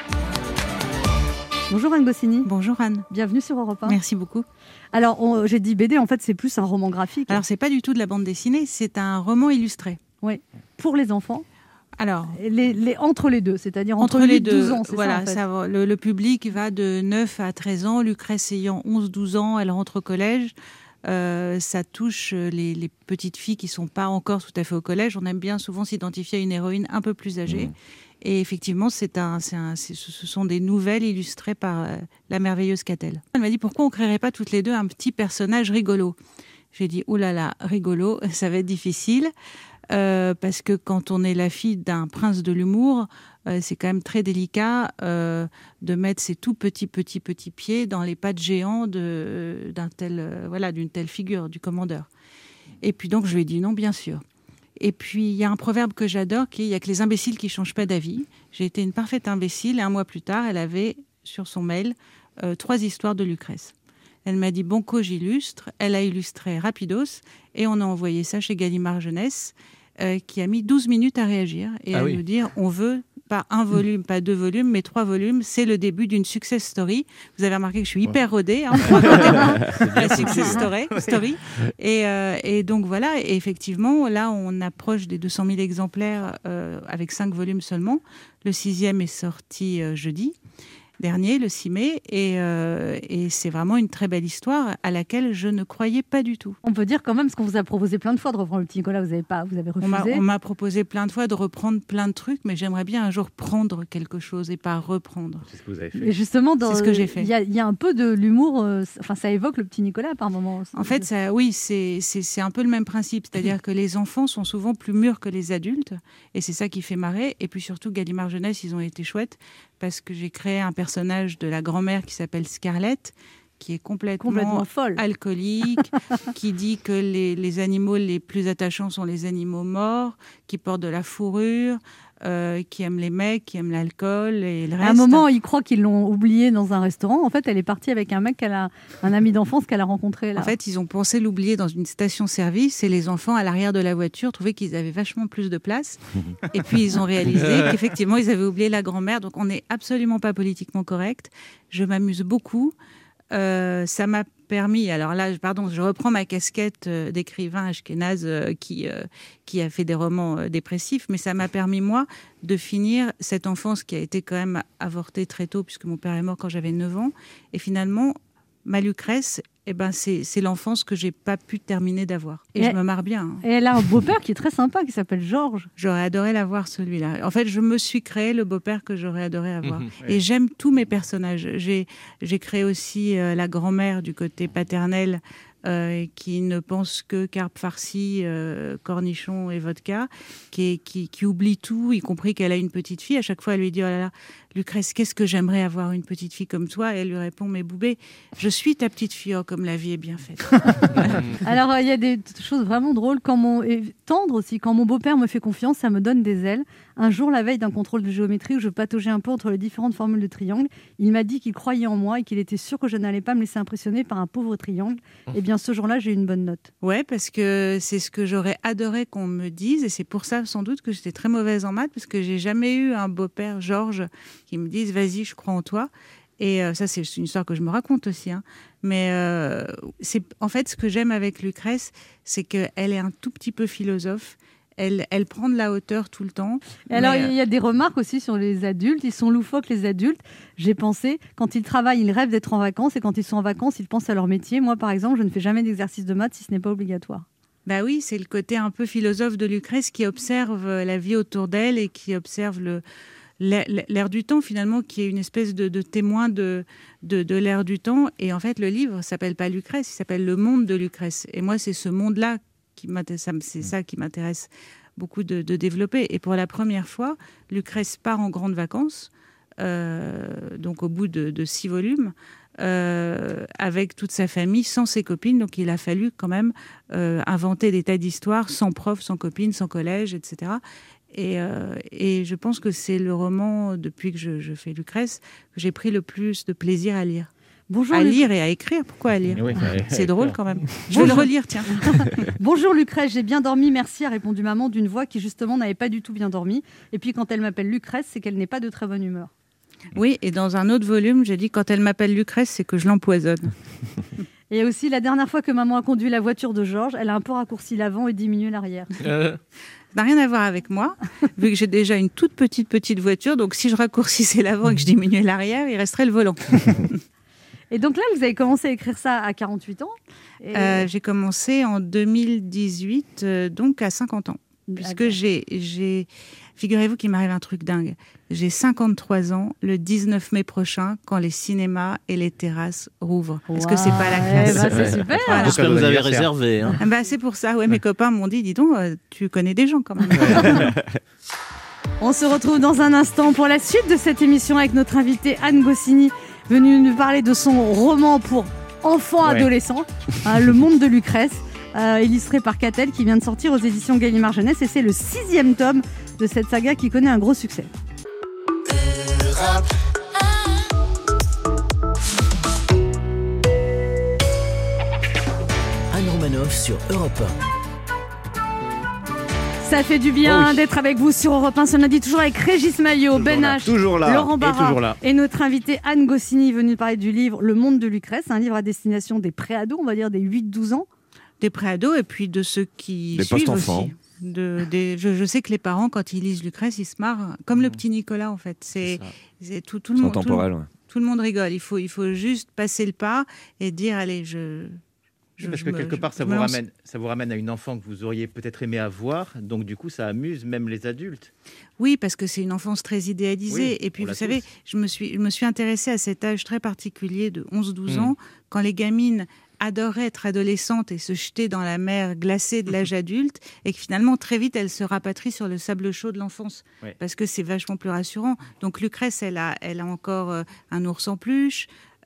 Bonjour Anne Goscinny. Bonjour Anne. Bienvenue sur Europe 1. Merci beaucoup. Alors, j'ai dit BD, en fait, c'est plus un roman graphique. Alors, c'est pas du tout de la bande dessinée, c'est un roman illustré. Oui, pour les enfants. Alors, entre les deux, c'est-à-dire entre les 12 ans, c'est voilà, ça, en fait. Le public va de 9 à 13 ans. Lucrèce ayant 11-12 ans, elle rentre au collège. Ça touche les petites filles qui ne sont pas encore tout à fait au collège. On aime bien souvent s'identifier à une héroïne un peu plus âgée. Et effectivement, ce sont des nouvelles illustrées par la merveilleuse Catel. Elle m'a dit, pourquoi on ne créerait pas toutes les deux un petit personnage rigolo ? J'ai dit, oh là là, rigolo, ça va être difficile. Parce que quand on est la fille d'un prince de l'humour, c'est quand même très délicat de mettre ses tout petits pieds dans les pattes géants d'une telle figure, du commandeur. Et puis donc, je lui ai dit non, bien sûr. Et puis, il y a un proverbe que j'adore, qui est « il n'y a que les imbéciles qui ne changent pas d'avis ». J'ai été une parfaite imbécile et un mois plus tard, elle avait sur son mail 3 histoires de Lucrèce. Elle m'a dit « Banco, j'illustre ». Elle a illustré rapidos et on a envoyé ça chez Gallimard Jeunesse, qui a mis 12 minutes à réagir et à nous dire « on veut pas un volume, pas 2 volumes, mais 3 volumes. C'est le début d'une success story. » Vous avez remarqué que je suis hyper rodée pour la success story. Et donc voilà, et effectivement, là, on approche des 200 000 exemplaires avec 5 volumes seulement. Le 6e est sorti jeudi dernier, le 6 mai, et c'est vraiment une très belle histoire à laquelle je ne croyais pas du tout. On peut dire quand même, parce qu'on vous a proposé plein de fois de reprendre Le Petit Nicolas, vous avez refusé. On m'a proposé plein de fois de reprendre plein de trucs, mais j'aimerais bien un jour prendre quelque chose et pas reprendre. C'est ce que vous avez fait. Et justement, c'est ce que j'ai fait. Il y a un peu de l'humour, ça évoque Le Petit Nicolas par moments. En fait, c'est un peu le même principe, c'est-à-dire que les enfants sont souvent plus mûrs que les adultes, et c'est ça qui fait marrer. Et puis surtout, Gallimard Jeunesse, ils ont été chouettes, parce que j'ai créé un personnage de la grand-mère qui s'appelle Scarlett, qui est complètement folle, alcoolique, qui dit que les animaux les plus attachants sont les animaux morts, qui portent de la fourrure, qui aiment les mecs, qui aiment l'alcool et le reste. À un moment, ils croient qu'ils l'ont oublié dans un restaurant. En fait, elle est partie avec un mec, un ami d'enfance qu'elle a rencontré là. En fait, ils ont pensé l'oublier dans une station-service et les enfants, à l'arrière de la voiture, trouvaient qu'ils avaient vachement plus de place. Et puis, ils ont réalisé qu'effectivement, ils avaient oublié la grand-mère. Donc, on n'est absolument pas politiquement correct. Je m'amuse beaucoup. Ça m'a permis, alors là, je reprends ma casquette d'écrivain ashkénaze qui a fait des romans dépressifs, mais ça m'a permis, moi, de finir cette enfance qui a été quand même avortée très tôt, puisque mon père est mort quand j'avais 9 ans. Et finalement, ma Lucrèce, c'est l'enfance que j'ai pas pu terminer d'avoir. Et je me marre bien. Hein. Et elle a un beau-père qui est très sympa, qui s'appelle Georges. J'aurais adoré l'avoir, celui-là. En fait, je me suis créé le beau-père que j'aurais adoré avoir. Et j'aime tous mes personnages. J'ai créé aussi la grand-mère du côté paternel, qui ne pense que carpe farci, cornichons et vodka, qui oublie tout, y compris qu'elle a une petite fille. À chaque fois, elle lui dit « Oh là là, Lucrèce, qu'est-ce que j'aimerais avoir une petite fille comme toi ?» Et elle lui répond « Mais Boubé, je suis ta petite fille, oh, comme la vie est bien faite. » Alors, il y a des choses vraiment drôles, et tendres aussi. Quand mon beau-père me fait confiance, ça me donne des ailes. Un jour, la veille d'un contrôle de géométrie où je pataugeais un peu entre les différentes formules de triangle, il m'a dit qu'il croyait en moi et qu'il était sûr que je n'allais pas me laisser impressionner par un pauvre triangle. Eh bien, ce jour-là, j'ai eu une bonne note. Ouais, parce que c'est ce que j'aurais adoré qu'on me dise, et c'est pour ça, sans doute, que j'étais très mauvaise en maths, parce que j'ai jamais eu un beau-père, Georges, qui me dise « Vas-y, je crois en toi ». Et ça, c'est une histoire que je me raconte aussi. Mais en fait, ce que j'aime avec Lucrèce, c'est qu'elle est un tout petit peu philosophe. Elle prend de la hauteur tout le temps. Et alors, il y a des remarques aussi sur les adultes. Ils sont loufoques, les adultes. J'ai pensé, quand ils travaillent, ils rêvent d'être en vacances. Et quand ils sont en vacances, ils pensent à leur métier. Moi, par exemple, je ne fais jamais d'exercice de maths si ce n'est pas obligatoire. Bah oui, c'est le côté un peu philosophe de Lucrèce qui observe la vie autour d'elle et qui observe l'air du temps, finalement, qui est une espèce de témoin de l'air du temps. Et en fait, le livre ne s'appelle pas Lucrèce, il s'appelle Le Monde de Lucrèce. Et moi, c'est ce monde-là, c'est ça qui m'intéresse beaucoup de développer. Et pour la première fois, Lucrèce part en grandes vacances, donc au bout de 6 volumes, avec toute sa famille, sans ses copines. Donc il a fallu quand même inventer des tas d'histoires, sans prof, sans copines, sans collège, etc. Et je pense que c'est le roman, depuis que je fais Lucrèce, que j'ai pris le plus de plaisir à lire. Bonjour, lire et à écrire. Pourquoi à lire? C'est drôle quand même. Je vais le relire, tiens. Bonjour Lucrèce, j'ai bien dormi, merci, a répondu maman d'une voix qui justement n'avait pas du tout bien dormi. Et puis quand elle m'appelle Lucrèce, c'est qu'elle n'est pas de très bonne humeur. Oui, et dans un autre volume, j'ai dit quand elle m'appelle Lucrèce, c'est que je l'empoisonne. Et aussi, la dernière fois que maman a conduit la voiture de Georges, elle a un peu raccourci l'avant et diminué l'arrière. Ça n'a rien à voir avec moi, vu que j'ai déjà une toute petite voiture. Donc si je raccourcissais l'avant et que je diminuais l'arrière, il resterait le volant. Et donc là, vous avez commencé à écrire ça à 48 ans J'ai commencé en 2018, donc à 50 ans. Puisque figurez-vous qu'il m'arrive un truc dingue. J'ai 53 ans le 19 mai prochain, quand les cinémas et les terrasses rouvrent. Est-ce que c'est pas la classe? C'est super. Voilà. J'espère que vous avez réservé. C'est pour ça. Ouais, mes copains m'ont dit, dis donc, tu connais des gens quand même. On se retrouve dans un instant pour la suite de cette émission avec notre invitée Anne Goscinny, venue nous parler de son roman pour enfants adolescents, Le Monde de Lucrèce. Illustré par Catel, qui vient de sortir aux éditions Gallimard Jeunesse, et c'est le 6e tome de cette saga qui connaît un gros succès. Anne Romanoff sur Europe 1. Ça fait du bien d'être avec vous sur Europe 1 ce lundi, toujours avec Régis Maillot, Ben H, Laurent Barra et notre invitée Anne Goscinny, venue parler du livre Le Monde de Lucrèce, un livre à destination des préados, on va dire des 8-12 ans. Des préados et puis de ceux qui des suivent aussi. Je sais que les parents, quand ils lisent Lucrèce, ils se marrent, comme le petit Nicolas en fait. C'est tout le monde. Tout le monde rigole. Il faut juste passer le pas et dire allez, parce que quelque part, ça vous ramène à une enfant que vous auriez peut-être aimé avoir. Donc, du coup, ça amuse même les adultes. Oui, parce que c'est une enfance très idéalisée. Oui, et puis, vous savez, je me suis intéressée à cet âge très particulier de 11-12 ans, quand les gamines adoraient être adolescentes et se jeter dans la mer glacée de l'âge adulte, et que finalement, très vite, elles se rapatrient sur le sable chaud de l'enfance, parce que c'est vachement plus rassurant. Donc, Lucrèce, elle a encore un ours en peluche.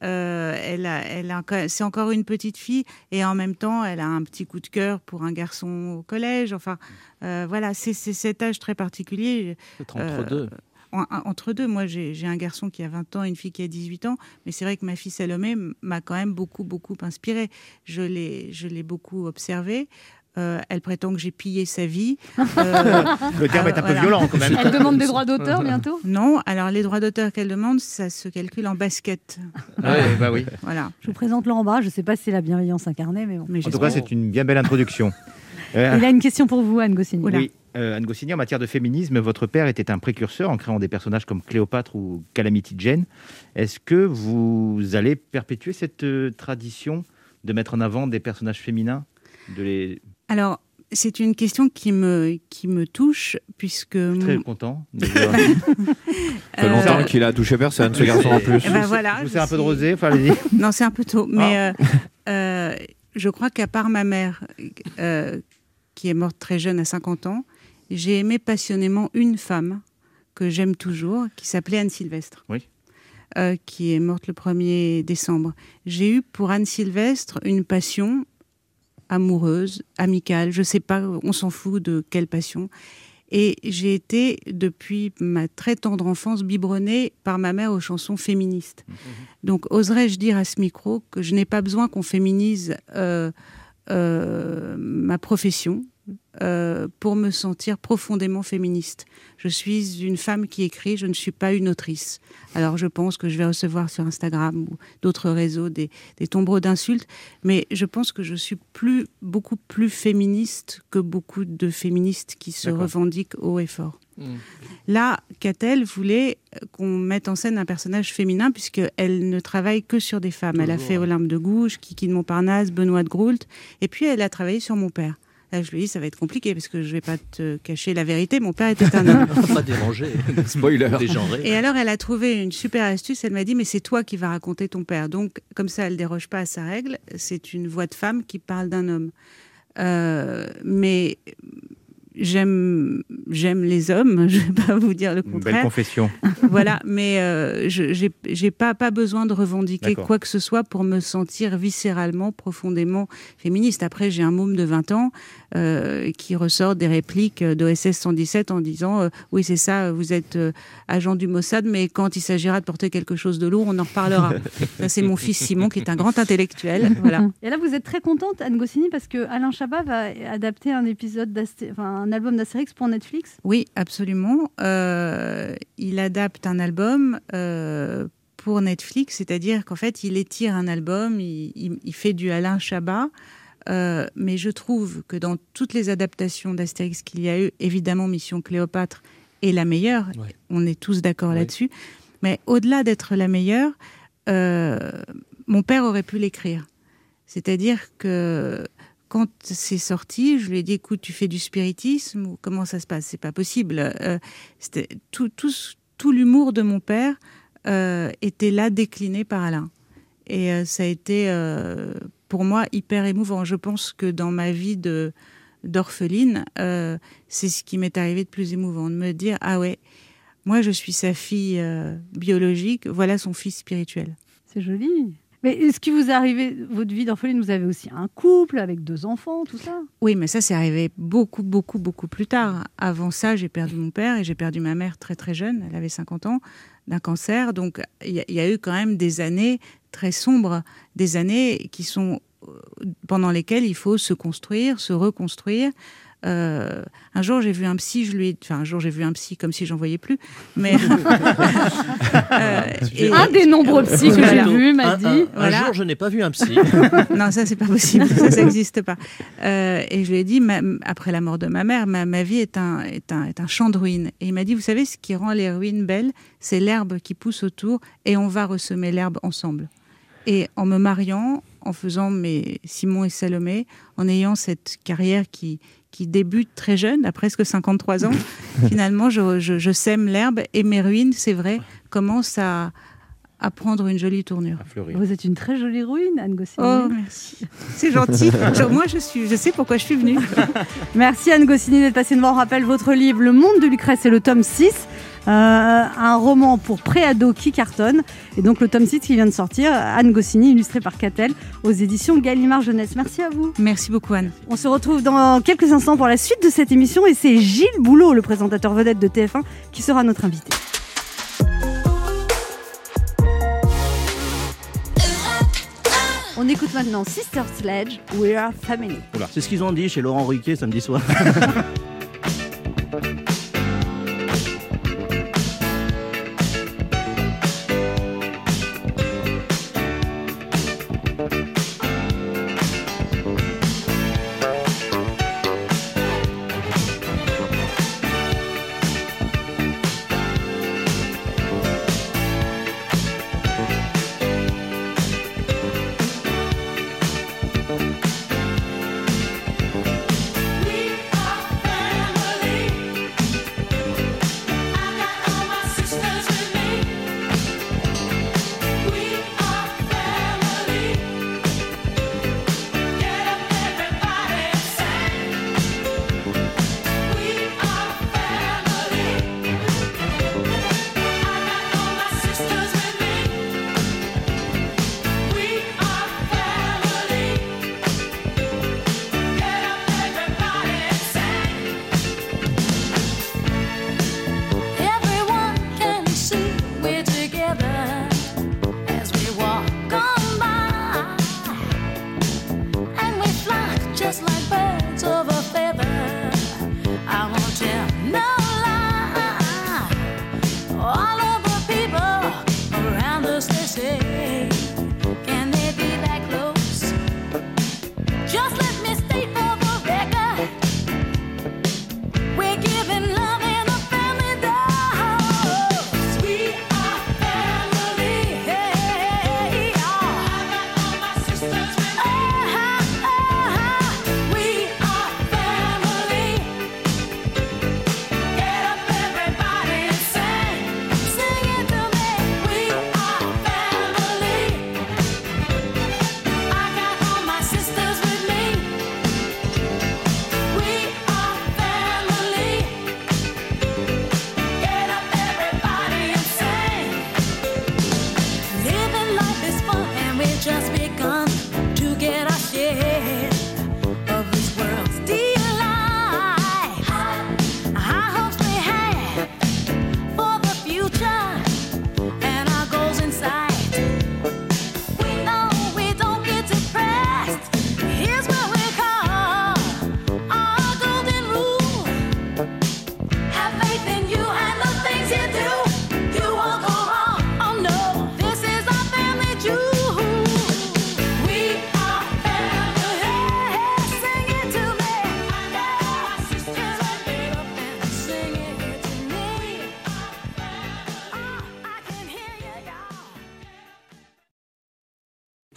C'est encore une petite fille et en même temps elle a un petit coup de cœur pour un garçon au collège. Enfin, voilà, c'est cet âge très particulier. Entre deux. Entre deux, moi j'ai un garçon qui a 20 ans et une fille qui a 18 ans, mais c'est vrai que ma fille Salomé m'a quand même beaucoup inspirée. Je l'ai beaucoup observée. Elle prétend que j'ai pillé sa vie. Le terme est un peu violent quand même. Elle demande des droits d'auteur bientôt? Non, alors les droits d'auteur qu'elle demande, ça se calcule en basket. Oui. Voilà. Je vous présente Laurent Barra, je ne sais pas si c'est la bienveillance incarnée, mais bon. En tout cas, c'est une bien belle introduction. Il a une question pour vous, Anne Goscinny. Oui, Anne Goscinny, en matière de féminisme, votre père était un précurseur en créant des personnages comme Cléopâtre ou Calamity Jane. Est-ce que vous allez perpétuer cette tradition de mettre en avant des personnages féminins Alors, c'est une question qui me touche, puisque... Je suis très content. Ça fait longtemps qu'il a touché personne, ce garçon en plus. Voilà, je vous sers un peu de rosé, enfin, allez-y. Non, c'est un peu tôt, mais je crois qu'à part ma mère, qui est morte très jeune, à 50 ans, j'ai aimé passionnément une femme que j'aime toujours, qui s'appelait Anne Sylvestre. Oui. Qui est morte le 1er décembre. J'ai eu pour Anne Sylvestre une passion amoureuse, amicale, je sais pas, on s'en fout de quelle passion. Et j'ai été, depuis ma très tendre enfance, biberonnée par ma mère aux chansons féministes. Donc, oserais-je dire à ce micro que je n'ai pas besoin qu'on féminise ma profession. pour me sentir profondément féministe. Je suis une femme qui écrit, je ne suis pas une autrice. Alors je pense que je vais recevoir sur Instagram ou d'autres réseaux des tombereaux d'insultes, mais je pense que je suis beaucoup plus féministe que beaucoup de féministes qui se revendiquent haut et fort. Là, Catel voulait qu'on mette en scène un personnage féminin puisqu'elle ne travaille que sur des femmes. Elle a fait Olympe de Gouges, Kiki de Montparnasse, Benoît de Groult, et puis elle a travaillé sur mon père. Là, je lui ai dit, ça va être compliqué parce que je ne vais pas te cacher la vérité. Mon père était un homme. Pas dérangé. Spoiler. Dégenré. Et alors, elle a trouvé une super astuce. Elle m'a dit, mais c'est toi qui vas raconter ton père. Donc, comme ça, elle ne déroge pas à sa règle. C'est une voix de femme qui parle d'un homme. Mais j'aime les hommes. Je ne vais pas vous dire le contraire. Une belle confession. Voilà, mais je n'ai pas besoin de revendiquer quoi que ce soit pour me sentir viscéralement, profondément féministe. Après, j'ai un môme de 20 ans qui ressort des répliques d'OSS 117 en disant oui, c'est ça, vous êtes agent du Mossad, mais quand il s'agira de porter quelque chose de lourd, on en reparlera. Ça, c'est mon fils Simon, qui est un grand intellectuel. Voilà. Et là, vous êtes très contente, Anne Goscinny, parce que Alain Chabat va adapter un album d'Astérix pour Netflix. Oui, absolument. Il adapte un album pour Netflix, c'est-à-dire qu'en fait, il étire un album, il fait du Alain Chabat. Mais je trouve que dans toutes les adaptations d'Astérix qu'il y a eu, évidemment, Mission Cléopâtre est la meilleure. Ouais. On est tous d'accord là-dessus. Mais au-delà d'être la meilleure, mon père aurait pu l'écrire. C'est-à-dire que quand c'est sorti, je lui ai dit, écoute, tu fais du spiritisme ou comment ça se passe ? C'est pas possible. C'était tout l'humour de mon père était là décliné par Alain. Et ça a été, pour moi, hyper émouvant. Je pense que dans ma vie d'orpheline, c'est ce qui m'est arrivé de plus émouvant, de me dire, ah ouais, moi je suis sa fille biologique, voilà son fils spirituel. C'est joli. Mais est-ce qui vous est arrivé, votre vie d'orpheline, vous avez aussi un couple avec 2 enfants, tout ça ? Oui, mais ça, c'est arrivé beaucoup plus tard. Avant ça, j'ai perdu mon père et j'ai perdu ma mère très très jeune, elle avait 50 ans, d'un cancer. Donc, il y a eu quand même des années très sombres, des années qui sont pendant lesquelles il faut se construire, se reconstruire. Un jour j'ai vu un psy, comme si j'en voyais plus, mais un des nombreux psys que j'ai vu m'a dit un jour je n'ai pas vu un psy. Non, ça c'est pas possible, ça n'existe pas. Et je lui ai dit, après la mort de ma mère, ma vie est un champ de ruines. Et il m'a dit, vous savez, ce qui rend les ruines belles, c'est l'herbe qui pousse autour, et on va ressemer l'herbe ensemble. Et en me mariant, en faisant mes Simon et Salomé, en ayant cette carrière qui débute très jeune, à presque 53 ans, finalement, je sème l'herbe et mes ruines, c'est vrai, commencent à prendre une jolie tournure. Vous êtes une très jolie ruine, Anne Goscinny. Oh, merci. C'est gentil. Moi, je sais pourquoi je suis venue. Merci Anne Goscinny d'être passée devant. On rappelle votre livre, Le Monde de Lucrèce, c'est le tome 6. Un roman pour pré-ado qui cartonne. Et donc le tome 6 qui vient de sortir, Anne Goscinny, illustré par Catel, aux éditions Gallimard Jeunesse. Merci à vous. Merci beaucoup, Anne. On se retrouve dans quelques instants pour la suite de cette émission. Et c'est Gilles Boulot, le présentateur vedette de TF1, qui sera notre invité. On écoute maintenant Sister Sledge, We Are Family. Oula. C'est ce qu'ils ont dit chez Laurent Ruquier samedi soir.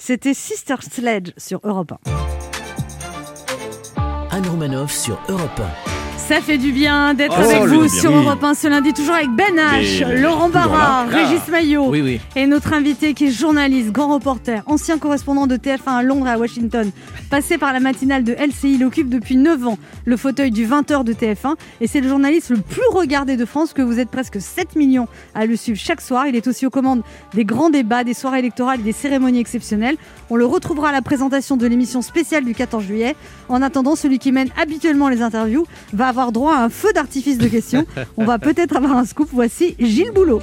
C'était Sister Sledge sur Europe 1. Anne Romanoff sur Europe 1. Ça fait du bien d'être avec vous sur Europe 1 ce lundi, toujours avec Ben H, Laurent Barra, Régis Maillot et notre invité qui est journaliste, grand reporter, ancien correspondant de TF1 à Londres et à Washington, passé par la matinale de LCI, il occupe depuis 9 ans le fauteuil du 20h de TF1 et c'est le journaliste le plus regardé de France, que vous êtes presque 7 millions à le suivre chaque soir. Il est aussi aux commandes des grands débats, des soirées électorales et des cérémonies exceptionnelles. On le retrouvera à la présentation de l'émission spéciale du 14 juillet. En attendant, celui qui mène habituellement les interviews va avoir droit à un feu d'artifice de questions. On va peut-être avoir un scoop. Voici Gilles Boulot.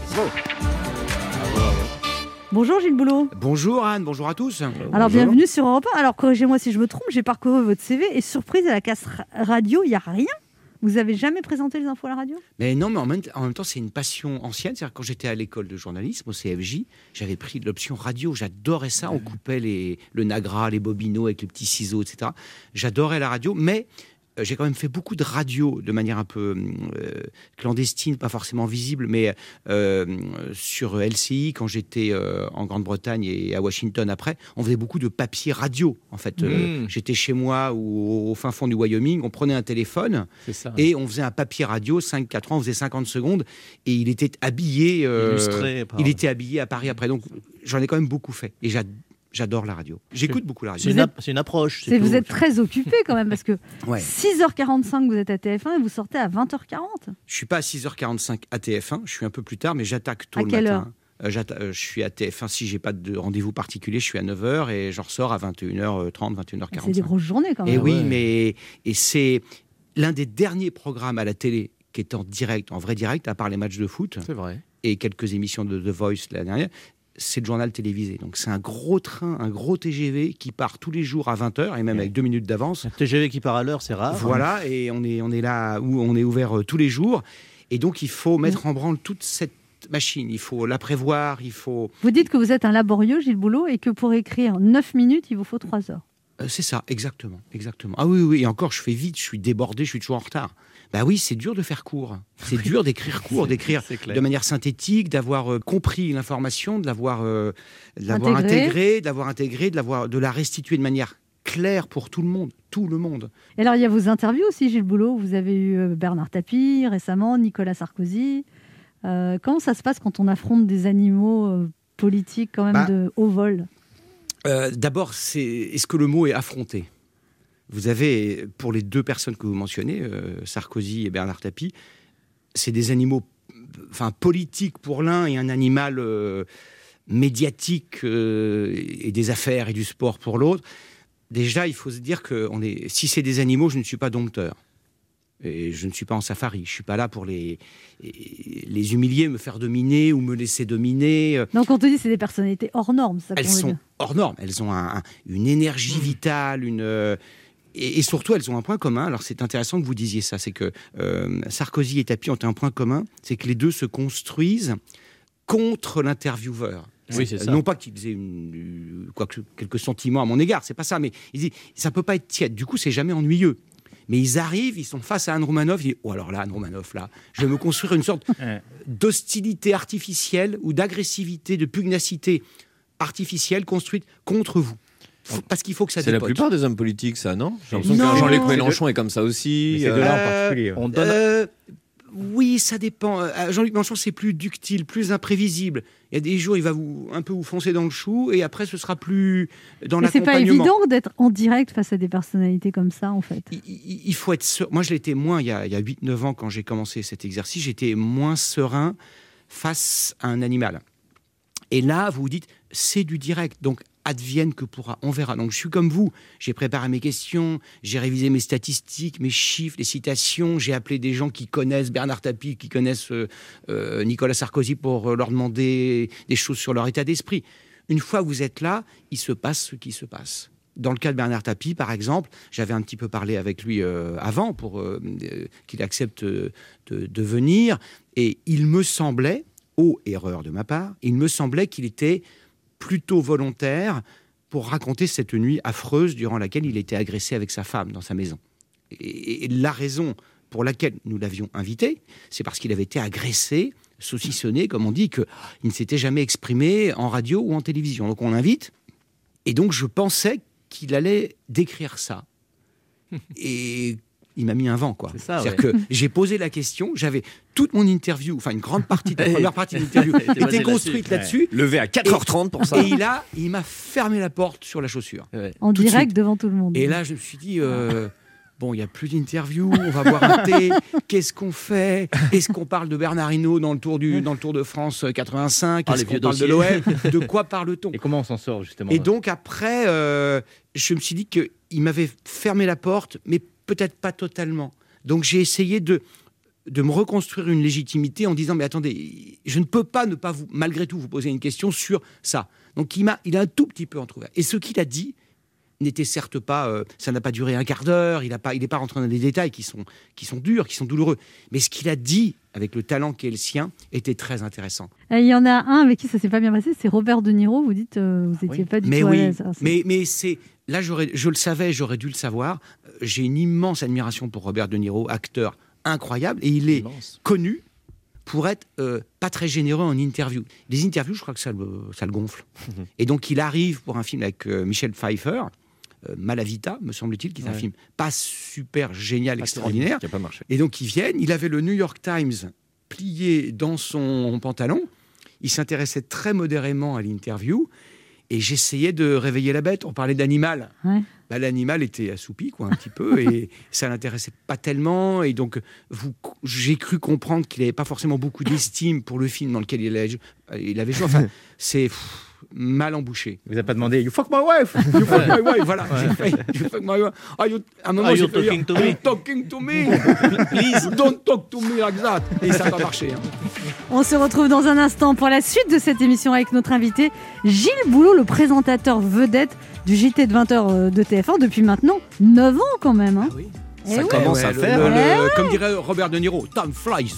Bonjour Gilles Boulot. Bonjour Anne, bonjour à tous. Alors bienvenue sur Europe 1. Alors corrigez-moi si je me trompe, j'ai parcouru votre CV et surprise à la case radio, il n'y a rien. Vous avez jamais présenté les infos à la radio ? Mais non, mais en même temps, c'est une passion ancienne. C'est-à-dire quand j'étais à l'école de journalisme au CFJ, j'avais pris l'option radio. J'adorais ça. On coupait le Nagra, les bobineaux avec les petits ciseaux, etc. J'adorais la radio, mais j'ai quand même fait beaucoup de radio de manière un peu clandestine, pas forcément visible, mais sur LCI, quand j'étais en Grande-Bretagne et à Washington après, on faisait beaucoup de papier radio. En fait, j'étais chez moi ou au fin fond du Wyoming, on prenait un téléphone et on faisait un papier radio, 5-4 ans, on faisait 50 secondes et il était habillé, il était habillé à Paris après. Donc j'en ai quand même beaucoup fait et j'adore la radio. J'écoute beaucoup la radio. C'est une approche. Vous êtes très occupé quand même parce que 6h45 vous êtes à TF1 et vous sortez à 20h40. Je suis pas à 6h45 à TF1, je suis un peu plus tard, mais j'attaque tôt le matin. À quelle heure ? Je suis à TF1 si j'ai pas de rendez-vous particulier, je suis à 9h et j'en ressors à 21h30, 21h45. C'est des grosses journées quand même. Et oui, mais c'est l'un des derniers programmes à la télé qui est en direct, en vrai direct, à part les matchs de foot. C'est vrai. Et quelques émissions de The Voice l'année dernière. C'est le journal télévisé. Donc c'est un gros train, un gros TGV qui part tous les jours à 20h et même avec 2 minutes d'avance. Un TGV qui part à l'heure, c'est rare. Voilà, et on est là où on est ouvert tous les jours. Et donc il faut mettre en branle toute cette machine. Il faut la prévoir, il faut... Vous dites que vous êtes un laborieux, Gilles Boulot, et que pour écrire 9 minutes, il vous faut 3 heures. C'est ça, exactement. Ah oui, et encore, je fais vite, je suis débordé, je suis toujours en retard. Bah oui, c'est dur de faire court. C'est dur d'écrire court, d'écrire de manière synthétique, d'avoir compris l'information, de l'avoir intégrée, de la restituer de manière claire pour tout le monde. Et alors, il y a vos interviews aussi, Gilles Boulot. Vous avez eu Bernard Tapie récemment, Nicolas Sarkozy. Comment ça se passe quand on affronte des animaux politiques quand même de haut vol ? D'abord, est-ce que le mot est affronté ? Vous avez, pour les deux personnes que vous mentionnez, Sarkozy et Bernard Tapie, c'est des animaux politiques pour l'un et un animal médiatique et des affaires et du sport pour l'autre. Déjà, il faut se dire que si c'est des animaux, je ne suis pas dompteur. Et je ne suis pas en safari. Je ne suis pas là pour les humilier, me faire dominer ou me laisser dominer. Donc on te dit que c'est des personnalités hors normes. Ça elles sont hors normes. Elles ont une énergie vitale, et surtout, elles ont un point commun. Alors, c'est intéressant que vous disiez ça. C'est que Sarkozy et Tapie ont un point commun. C'est que les deux se construisent contre l'intervieweur. Oui, c'est ça. Non pas qu'ils aient quelques sentiments à mon égard. C'est pas ça. Mais ils disent, ça peut pas être tiède. Du coup, c'est jamais ennuyeux. Mais ils arrivent, ils sont face à Anne Romanoff. Ils disent, oh alors là, Anne Romanoff, là, je vais me construire une sorte d'hostilité artificielle ou d'agressivité, de pugnacité artificielle construite contre vous. Parce qu'il faut que ça dépote. C'est la plupart des hommes politiques, ça, non ? J'ai l'impression que Jean-Luc Mélenchon est comme ça aussi. C'est de là en particulier. Oui, ça dépend. Jean-Luc Mélenchon, c'est plus ductile, plus imprévisible. Il y a des jours, il va un peu vous foncer dans le chou, et après, ce sera plus dans l'accompagnement. C'est pas évident d'être en direct face à des personnalités comme ça, en fait. Il faut être serein. Moi, je l'étais moins il y a 8-9 ans, quand j'ai commencé cet exercice. J'étais moins serein face à un animal. Et là, vous vous dites, c'est du direct. Donc, advienne que pourra, on verra. Donc je suis comme vous, j'ai préparé mes questions, j'ai révisé mes statistiques, mes chiffres, les citations, j'ai appelé des gens qui connaissent Bernard Tapie, qui connaissent Nicolas Sarkozy pour leur demander des choses sur leur état d'esprit. Une fois que vous êtes là, il se passe ce qui se passe. Dans le cas de Bernard Tapie, par exemple, j'avais un petit peu parlé avec lui avant pour qu'il accepte de venir, et il me semblait, erreur de ma part, il me semblait qu'il était plutôt volontaire pour raconter cette nuit affreuse durant laquelle il était agressé avec sa femme dans sa maison. Et la raison pour laquelle nous l'avions invité, c'est parce qu'il avait été agressé, saucissonné, comme on dit, qu'il ne s'était jamais exprimé en radio ou en télévision. Donc on l'invite, Et donc, je pensais qu'il allait décrire ça. Et il m'a mis un vent, quoi. C'est-à-dire que j'ai posé la question, j'avais toute mon interview, enfin une grande partie de la première partie de l'interview était construite là-dessus. Levé à 4h30 pour ça. Et il m'a fermé la porte sur la chaussure. En direct devant tout le monde. Et là, je me suis dit, bon, il n'y a plus d'interview, on va boire un thé, qu'est-ce qu'on fait? Est-ce qu'on parle de Bernard Hinault dans le Tour de France 85? Est-ce qu'on parle de l'OM? De quoi parle-t-on? Et comment on s'en sort, justement? Et donc, après, je me suis dit qu'il m'avait fermé la porte, mais peut-être pas totalement. Donc, j'ai essayé de me reconstruire une légitimité en disant, mais attendez, je ne peux pas ne pas malgré tout vous poser une question sur ça. Donc, il a un tout petit peu entrouvert. Et ce qu'il a dit n'était certes pas, ça n'a pas duré un quart d'heure, il n'est pas rentré dans des détails qui sont durs, qui sont douloureux. Mais ce qu'il a dit, avec le talent qui est le sien, était très intéressant. Il y en a un avec qui ça s'est pas bien passé, c'est Robert De Niro. Vous dites, vous n'étiez pas du tout à l'aise. Mais c'est là, je le savais, j'aurais dû le savoir. J'ai une immense admiration pour Robert De Niro, acteur incroyable, et il est connu pour être pas très généreux en interview. Les interviews, je crois que ça le gonfle. Et donc, il arrive pour un film avec Michel Pfeiffer, Malavita, me semble-t-il, qui est un film pas super génial, extraordinaire. Qui a pas marché. Et donc, ils viennent. Il avait le New York Times plié dans son pantalon. Il s'intéressait très modérément à l'interview. Et j'essayais de réveiller la bête. On parlait d'animal. Ouais. Bah, l'animal était assoupi, quoi, un petit peu, et ça l'intéressait pas tellement. Et donc, j'ai cru comprendre qu'il n'avait pas forcément beaucoup d'estime pour le film dans lequel il avait joué. Enfin, c'est mal embouché. Vous n'avez pas demandé You fuck my wife. You fuck my wife, voilà. J'ai fait You fuck my wife. À un moment, Are you j'ai fait talking to me? Are you talking to me? Please don't talk to me like that. Et ça n'a pas marché. On se retrouve dans un instant pour la suite de cette émission avec notre invité Gilles Boulot, le présentateur vedette du JT de 20h de TF1 depuis maintenant 9 ans quand même. Hein. Ah oui. Ça commence à faire. Comme dirait Robert De Niro, time flies.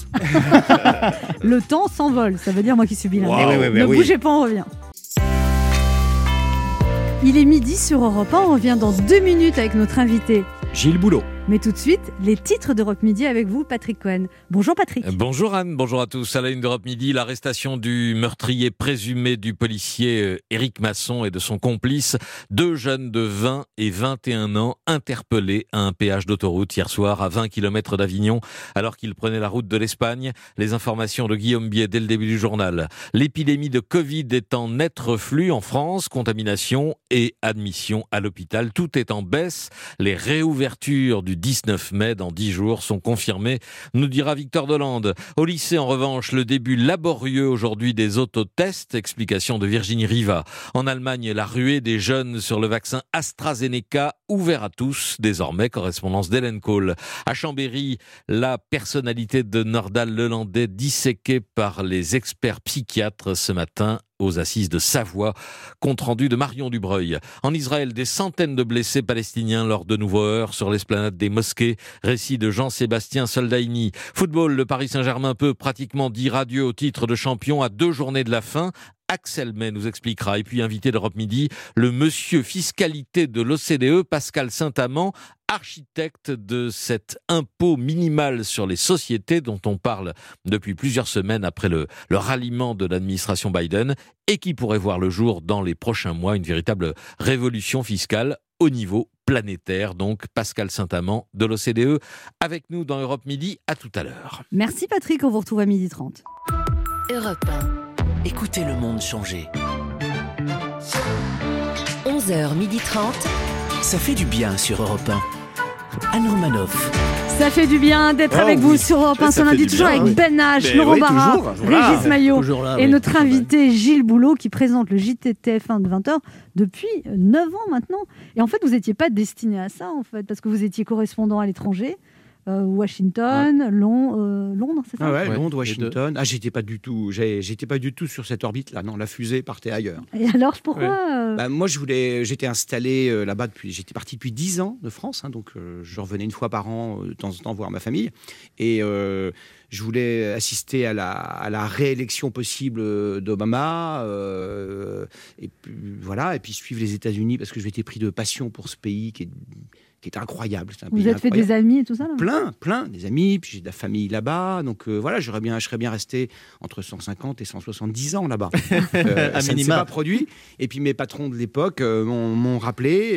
Le temps s'envole, ça veut dire moi qui suis bilingue. Wow. Ne bougez pas, on revient. Il est midi sur Europe 1, on revient dans 2 minutes avec notre invité Gilles Boulot. Mais tout de suite, les titres d'Europe Midi avec vous, Patrick Cohen. Bonjour Patrick. Bonjour Anne, bonjour à tous. À la une d'Europe Midi, l'arrestation du meurtrier présumé du policier Éric Masson et de son complice. 2 jeunes de 20 et 21 ans interpellés à un péage d'autoroute hier soir à 20 km d'Avignon alors qu'ils prenaient la route de l'Espagne. Les informations de Guillaume Biet dès le début du journal. L'épidémie de Covid est en net reflux en France. Contamination et admission à l'hôpital. Tout est en baisse. Les réouvertures du 19 mai, dans 10 jours, sont confirmées, nous dira Victor Delande. Au lycée, en revanche, le début laborieux aujourd'hui des autotests, explication de Virginie Riva. En Allemagne, la ruée des jeunes sur le vaccin AstraZeneca, ouvert à tous, désormais, correspondance d'Hélène Cole. À Chambéry, la personnalité de Nordal-Lelandais disséquée par les experts psychiatres ce matin aux assises de Savoie, compte rendu de Marion Dubreuil. En Israël, des centaines de blessés palestiniens lors de nouveaux heurts sur l'esplanade des mosquées. Récit de Jean-Sébastien Soldaini. Football, le Paris Saint-Germain peut pratiquement dire adieu au titre de champion à 2 journées de la fin. Axel May nous expliquera. Et puis, invité d'Europe Midi, le monsieur fiscalité de l'OCDE, Pascal Saint-Amand, architecte de cet impôt minimal sur les sociétés dont on parle depuis plusieurs semaines après le ralliement de l'administration Biden et qui pourrait voir le jour dans les prochains mois, une véritable révolution fiscale au niveau planétaire. Donc, Pascal Saint-Amand de l'OCDE avec nous dans Europe Midi. À tout à l'heure. Merci Patrick, on vous retrouve à 12h30. Europe 1. Écoutez le monde changer. 11h30. Ça fait du bien sur Europe 1. Anne Romanoff. Ça fait du bien d'être avec vous sur Europe 1 ce lundi, toujours avec Ben H, Laurent Barra, Régis Maillot et notre invité Gilles Boulot qui présente le JT TF1 de 20h depuis 9 ans maintenant. Et en fait, vous n'étiez pas destiné à ça, en fait, parce que vous étiez correspondant à l'étranger. Washington, Londres, c'est ça? Londres, Washington. J'étais pas du tout sur cette orbite-là. Non, la fusée partait ailleurs. Et alors, pourquoi moi, j'étais installé là-bas j'étais parti depuis 10 ans de France, donc je revenais une fois par an de temps en temps voir ma famille. Et je voulais assister à la réélection possible d'Obama, et puis, voilà, et puis suivre les États-Unis parce que j'étais pris de passion pour ce pays qui qui est incroyable. C'est un Vous pays êtes fait incroyable. des amis et tout ça là Plein, des amis, puis j'ai de la famille là-bas, donc voilà, je serais bien resté entre 150 et 170 ans là-bas. À ça ne s'est minima. pas produit. Et puis mes patrons de l'époque m'ont rappelé,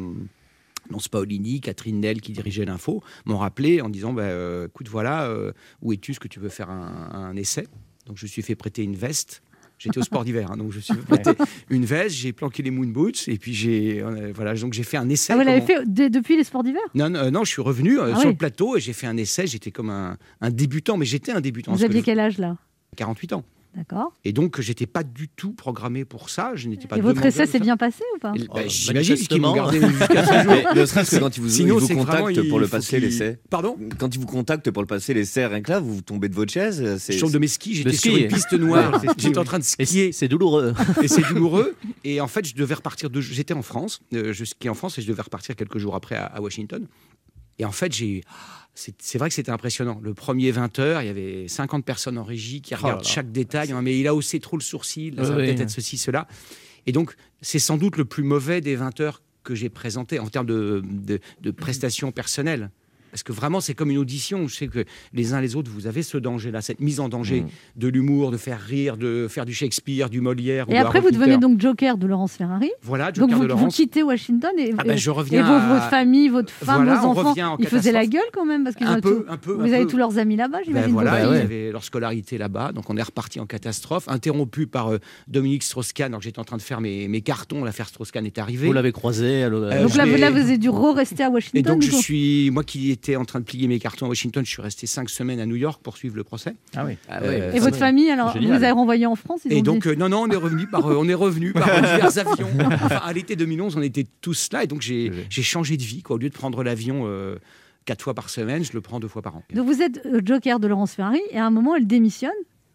non Spaolini, Catherine Nel qui dirigeait l'info, m'ont rappelé en disant écoute, voilà, où es-tu, est-ce que tu veux faire un essai? Donc je me suis fait prêter une veste. J'étais au sport d'hiver, donc je me suis fait prêter une veste, j'ai planqué les moon boots, et puis donc j'ai fait un essai. Ah, vous l'avez fait depuis les sports d'hiver? Non, je suis revenu sur oui. le plateau et j'ai fait un essai. J'étais comme un débutant, mais j'étais un débutant. Vous aviez quel âge là? 48 ans. D'accord. Et donc, j'étais pas du tout programmé pour ça. Je n'étais pas. Et votre demandeur essai de s'est ça. bien passé ou pas? J'imagine qu'ils m'ont gardé jusqu'à ce jour. Ne serait-ce que quand ils Sinon, vous c'est que vraiment, contactent pour le il faut passer l'essai. Pardon? Quand ils vous contactent pour le passer l'essai, rien que là, vous tombez de votre chaise. Je tombe de mes skis, j'étais Le ski. sur une piste noire, Ouais, j'étais en train de skier. C'est douloureux. Et c'est douloureux. Et en fait, je devais repartir. J'étais en France, je skiais en France et je devais repartir quelques jours après à Washington. Et en fait, c'est vrai que c'était impressionnant. Le premier 20h, il y avait 50 personnes en régie qui regardent chaque détail. Mais il a haussé trop le sourcil, là, ça va peut-être être ceci, cela. Et donc, c'est sans doute le plus mauvais des 20h que j'ai présenté en termes de prestations personnelles. Parce que vraiment, c'est comme une audition. Je sais que les uns les autres, vous avez ce danger-là, cette mise en danger de l'humour, de faire rire, de faire du Shakespeare, du Molière. Et après, vous devenez donc Joker de Laurence Ferrari. Voilà, Joker donc de vous Laurence. quittez Washington et, je reviens et votre famille, votre femme, Voilà, vos on enfants, revient en ils faisaient la catastrophe. gueule quand même parce qu'ils Un ont peu, vous avez tous leurs amis là-bas, j'imagine. Voilà, vos ils filles. avaient leur scolarité là-bas, donc on est reparti en catastrophe, interrompu par Dominique Strauss-Kahn, alors que j'étais en train de faire mes cartons, l'affaire Strauss-Kahn est arrivée. Vous l'avez croisé. Donc là, vous avez dû rester à Washington. Et donc du coup. moi qui étais en train de plier mes cartons à Washington, je suis resté 5 semaines à New York pour suivre le procès. Ah oui. Et votre famille, alors, vous avez renvoyé en France? Et donc, non, on est revenu par divers avions. Enfin, à l'été 2011, on était tous là, et donc j'ai changé de vie, quoi. Au lieu de prendre l'avion 4 fois par semaine, je le prends 2 fois par an. Donc vous êtes Joker de Laurence Ferrari, et à un moment, elle démissionne.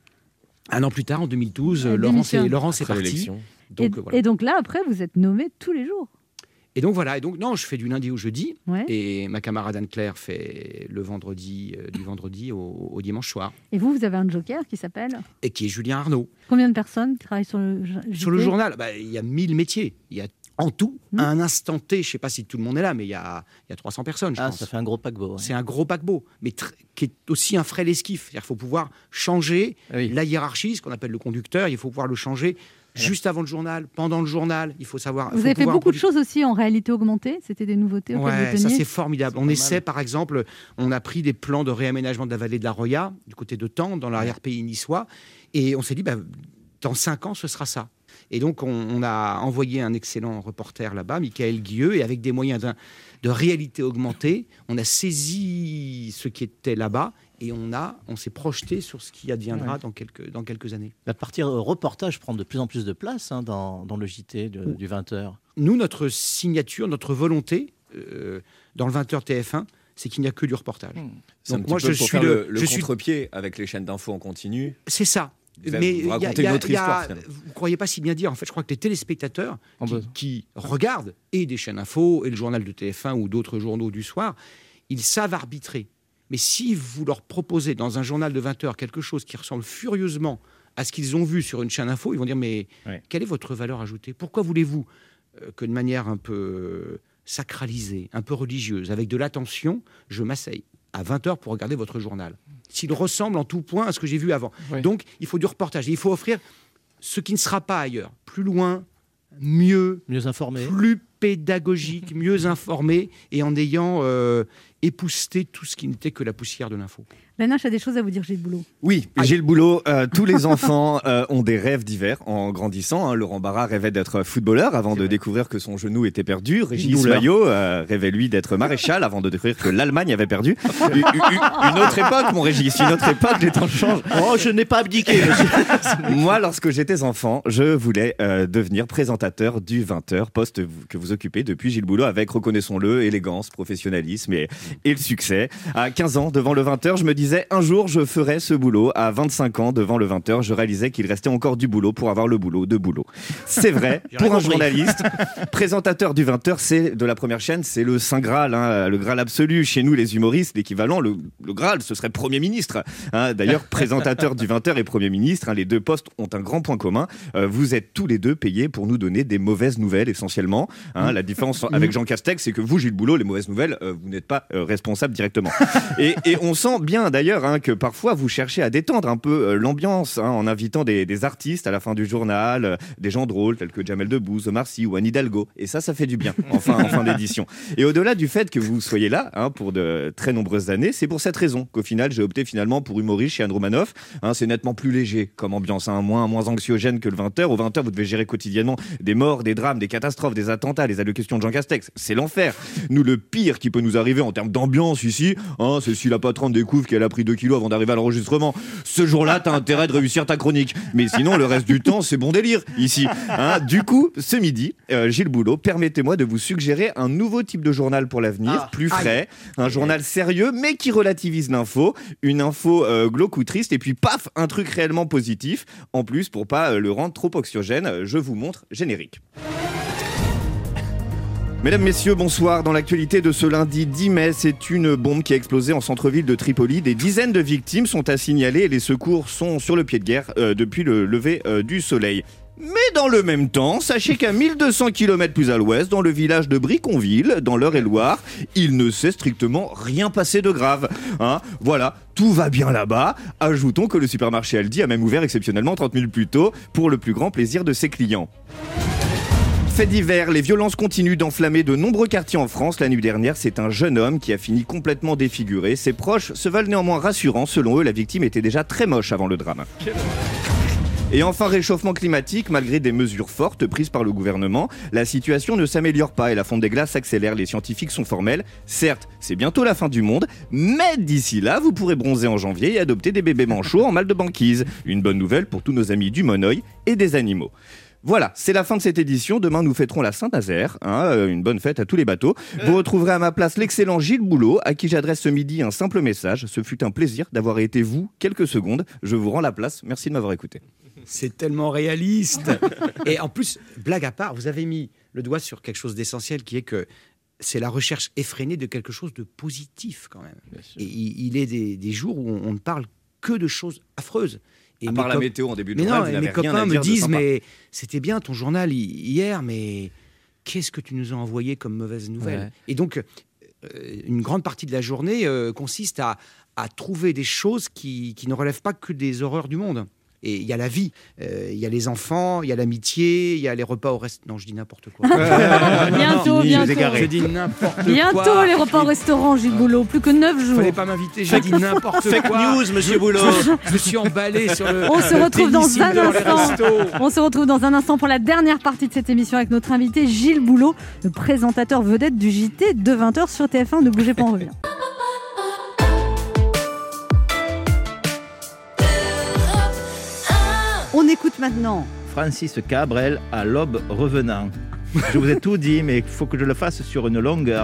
Un an plus tard, en 2012, Elle Laurence démissionne. est partie. Et donc là, après, vous êtes nommé tous les jours. Et donc voilà, non, je fais du lundi au jeudi, Ouais. et ma camarade Anne-Claire fait le vendredi, du vendredi au dimanche soir, Et vous avez un Joker qui s'appelle... et qui est Julien Arnaud. Combien de personnes qui travaillent sur le Sur le journal, il y a 1000 métiers. Il y a en tout, à un instant T, je ne sais pas si tout le monde est là, mais il y a 300 personnes, je pense. Ça fait un gros paquebot. Ouais. C'est un gros paquebot, mais qui est aussi un frêle esquif. C'est-à-dire qu'il faut pouvoir changer la hiérarchie, ce qu'on appelle le conducteur, il faut pouvoir le changer juste avant le journal, pendant le journal, il faut savoir... Vous avez fait beaucoup de choses aussi en réalité augmentée, c'était des nouveautés auxquelles vous Ouais, teniez. ça c'est formidable. On essaie, par exemple, on a pris des plans de réaménagement de la vallée de la Roya, du côté de Tende, dans l'arrière-pays niçois, et on s'est dit, dans 5 ans, ce sera ça. Et donc, on a envoyé un excellent reporter là-bas, Michael Guilleux, et avec des moyens de réalité augmentée, on a saisi ce qui était là-bas, et on s'est projeté sur ce qui adviendra dans quelques années. La partie reportage prend de plus en plus de place dans le JT du 20h. Nous, notre signature, notre volonté, dans le 20h TF1, c'est qu'il n'y a que du reportage. Donc moi, je suis le contre-pied avec les chaînes d'infos en continu. C'est ça. Mais vous racontez votre histoire. Vous ne croyez pas si bien dire. En fait, je crois que les téléspectateurs qui regardent et des chaînes infos et le journal de TF1 ou d'autres journaux du soir, ils savent arbitrer. Mais si vous leur proposez dans un journal de 20 heures quelque chose qui ressemble furieusement à ce qu'ils ont vu sur une chaîne info, ils vont dire mais quelle est votre valeur ajoutée? Pourquoi voulez-vous que de manière un peu sacralisée, un peu religieuse, avec de l'attention, je m'asseye à 20 heures pour regarder votre journal, s'il ressemble en tout point à ce que j'ai vu avant. Donc, il faut du reportage. Et il faut offrir ce qui ne sera pas ailleurs. Plus loin, mieux informé, plus pédagogique, mieux informé, et en ayant épousseté tout ce qui n'était que la poussière de l'info. Lanache a des choses à vous dire, Gilles Boulot. Oui, Gilles Boulot, tous les enfants ont des rêves divers en grandissant. Laurent Barra rêvait d'être footballeur avant de découvrir que son genou était perdu. Régis Maillot rêvait lui d'être maréchal avant de découvrir que l'Allemagne avait perdu. Une autre époque, mon Régis, une autre époque, les temps changent. Oh, je n'ai pas abdiqué. Moi, lorsque j'étais enfant, je voulais devenir présentateur du 20h, poste que vous occupez depuis, Gilles Boulot, avec, reconnaissons-le, élégance, professionnalisme et le succès. À 15 ans, devant le 20h, je me disais un jour je ferai ce boulot. À 25 ans, devant le 20h, je réalisais qu'il restait encore du boulot pour avoir le boulot de boulot. C'est vrai, pour un journaliste, présentateur du 20h, c'est de la première chaîne, c'est le Saint Graal, le Graal absolu. Chez nous, les humoristes, l'équivalent, le Graal, ce serait Premier ministre. D'ailleurs, présentateur du 20h et Premier ministre, les deux postes ont un grand point commun. Vous êtes tous les deux payés pour nous donner des mauvaises nouvelles, essentiellement. La différence avec Jean Castex, c'est que vous, Gilles Boulot, les mauvaises nouvelles, vous n'êtes pas responsable directement. Et on sent bien d'ailleurs que parfois vous cherchez à détendre un peu l'ambiance en invitant des artistes à la fin du journal, des gens drôles tels que Jamel Debbouze, Omar Sy ou Anne Hidalgo. Et ça fait du bien en fin d'édition. Et au-delà du fait que vous soyez là pour de très nombreuses années, c'est pour cette raison qu'au final, j'ai opté finalement pour Humoriste chez Anne Romanoff. C'est nettement plus léger comme ambiance, moins anxiogène que le 20h. Au 20h, vous devez gérer quotidiennement des morts, des drames, des catastrophes, des attentats, les allocutions de Jean Castex. C'est l'enfer. Nous, le pire qui peut nous arriver en termes d'ambiance ici, c'est si la patronne découvre qu'elle a pris 2 kilos avant d'arriver à l'enregistrement. Ce jour-là, t'as intérêt de réussir ta chronique. Mais sinon, le reste du temps, c'est bon délire ici. Du coup, ce midi, Gilles Boulot, permettez-moi de vous suggérer un nouveau type de journal pour l'avenir, plus frais, un journal sérieux, mais qui relativise l'info, une info glauque ou triste, et puis paf, un truc réellement positif. En plus, pour pas le rendre trop anxiogène, je vous montre générique. Mesdames, messieurs, bonsoir. Dans l'actualité de ce lundi 10 mai, c'est une bombe qui a explosé en centre-ville de Tripoli. Des dizaines de victimes sont à signaler et les secours sont sur le pied de guerre depuis le lever du soleil. Mais dans le même temps, sachez qu'à 1200 km plus à l'ouest, dans le village de Briconville, dans l'Eure-et-Loire, il ne s'est strictement rien passé de grave. Voilà, tout va bien là-bas. Ajoutons que le supermarché Aldi a même ouvert exceptionnellement 30 minutes plus tôt pour le plus grand plaisir de ses clients. Fait divers, les violences continuent d'enflammer de nombreux quartiers en France. La nuit dernière, c'est un jeune homme qui a fini complètement défiguré. Ses proches se veulent néanmoins rassurants. Selon eux, la victime était déjà très moche avant le drame. Et enfin, réchauffement climatique, malgré des mesures fortes prises par le gouvernement, la situation ne s'améliore pas et la fonte des glaces s'accélère. Les scientifiques sont formels. Certes, c'est bientôt la fin du monde, mais d'ici là, vous pourrez bronzer en janvier et adopter des bébés manchots en mal de banquise. Une bonne nouvelle pour tous nos amis du monoeil et des animaux. Voilà, c'est la fin de cette édition. Demain, nous fêterons la Saint-Nazaire. Une bonne fête à tous les bateaux. Vous retrouverez à ma place l'excellent Gilles Boulot, à qui j'adresse ce midi un simple message. Ce fut un plaisir d'avoir été vous quelques secondes. Je vous rends la place. Merci de m'avoir écouté. C'est tellement réaliste. Et en plus, blague à part, vous avez mis le doigt sur quelque chose d'essentiel qui est que c'est la recherche effrénée de quelque chose de positif quand même. Et il est des jours où on ne parle que de choses affreuses. Et à part la météo en début de journal, vous n'avez mes rien copains à dire me disent, de sympa. mais c'était bien ton journal hier, mais qu'est-ce que tu nous as envoyé comme mauvaise nouvelle ? Ouais. Et donc, une grande partie de la journée consiste à trouver des choses qui ne relèvent pas que des horreurs du monde. Et il y a la vie, il y a les enfants, il y a l'amitié, il y a les repas au restaurant. Non, je dis n'importe quoi. Bientôt. Je dis n'importe quoi. Bientôt les repas au restaurant, Gilles Boulot. Plus que 9 jours. Fallait pas m'inviter, j'ai dit n'importe quoi. Fake news, monsieur Boulot. Je me suis emballé sur le. On se retrouve dans un instant. Restos. On se retrouve dans un instant pour la dernière partie de cette émission avec notre invité Gilles Boulot, le présentateur vedette du JT de 20h sur TF1. Ne bougez pas, on revient. On écoute maintenant Francis Cabrel à l'aube revenant. Je vous ai tout dit, mais il faut que je le fasse sur une longueur.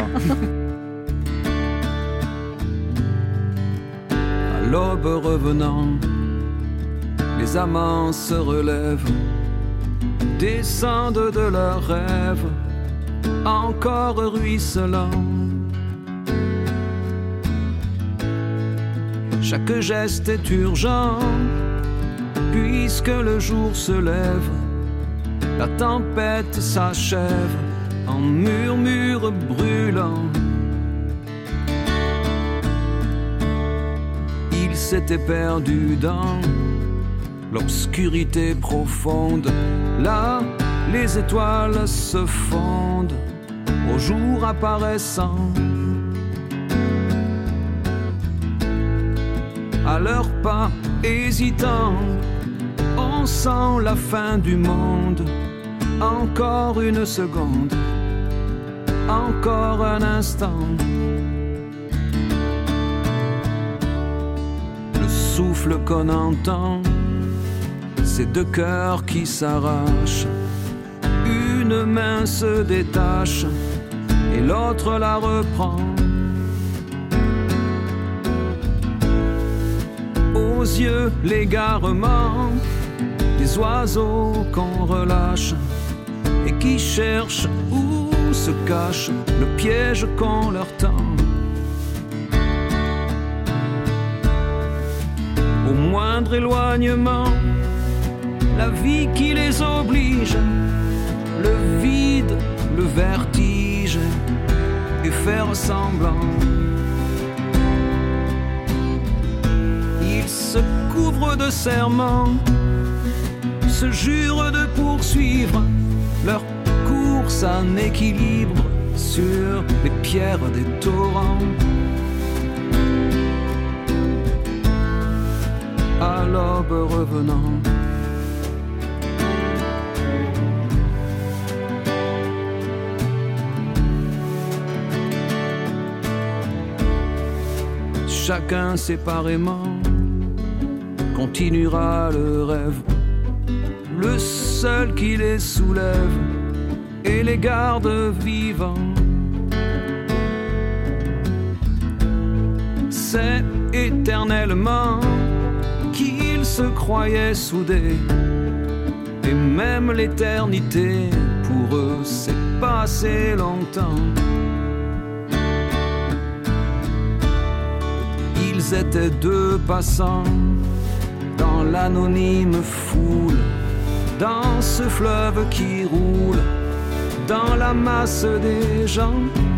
À l'aube revenant, les amants se relèvent, descendent de leurs rêves, encore ruisselants. Chaque geste est urgent, puisque le jour se lève, la tempête s'achève en murmure brûlant. Il s'était perdu dans l'obscurité profonde. Là, les étoiles se fondent au jour apparaissant. À leurs pas hésitants, on sent la fin du monde. Encore une seconde, encore un instant. Le souffle qu'on entend, c'est deux cœurs qui s'arrachent. Une main se détache et l'autre la reprend. Aux yeux, l'égarement des oiseaux qu'on relâche et qui cherchent où se cache le piège qu'on leur tend. Au moindre éloignement, la vie qui les oblige, le vide, le vertige et faire semblant. Ils se couvrent de serments, se jurent de poursuivre leur course en équilibre sur les pierres des torrents. À l'aube revenant, chacun séparément continuera le rêve, le seul qui les soulève et les garde vivants. C'est éternellement qu'ils se croyaient soudés, et même l'éternité pour eux c'est passé longtemps. Ils étaient deux passants dans l'anonyme foule, dans ce fleuve qui roule, dans la masse des gens.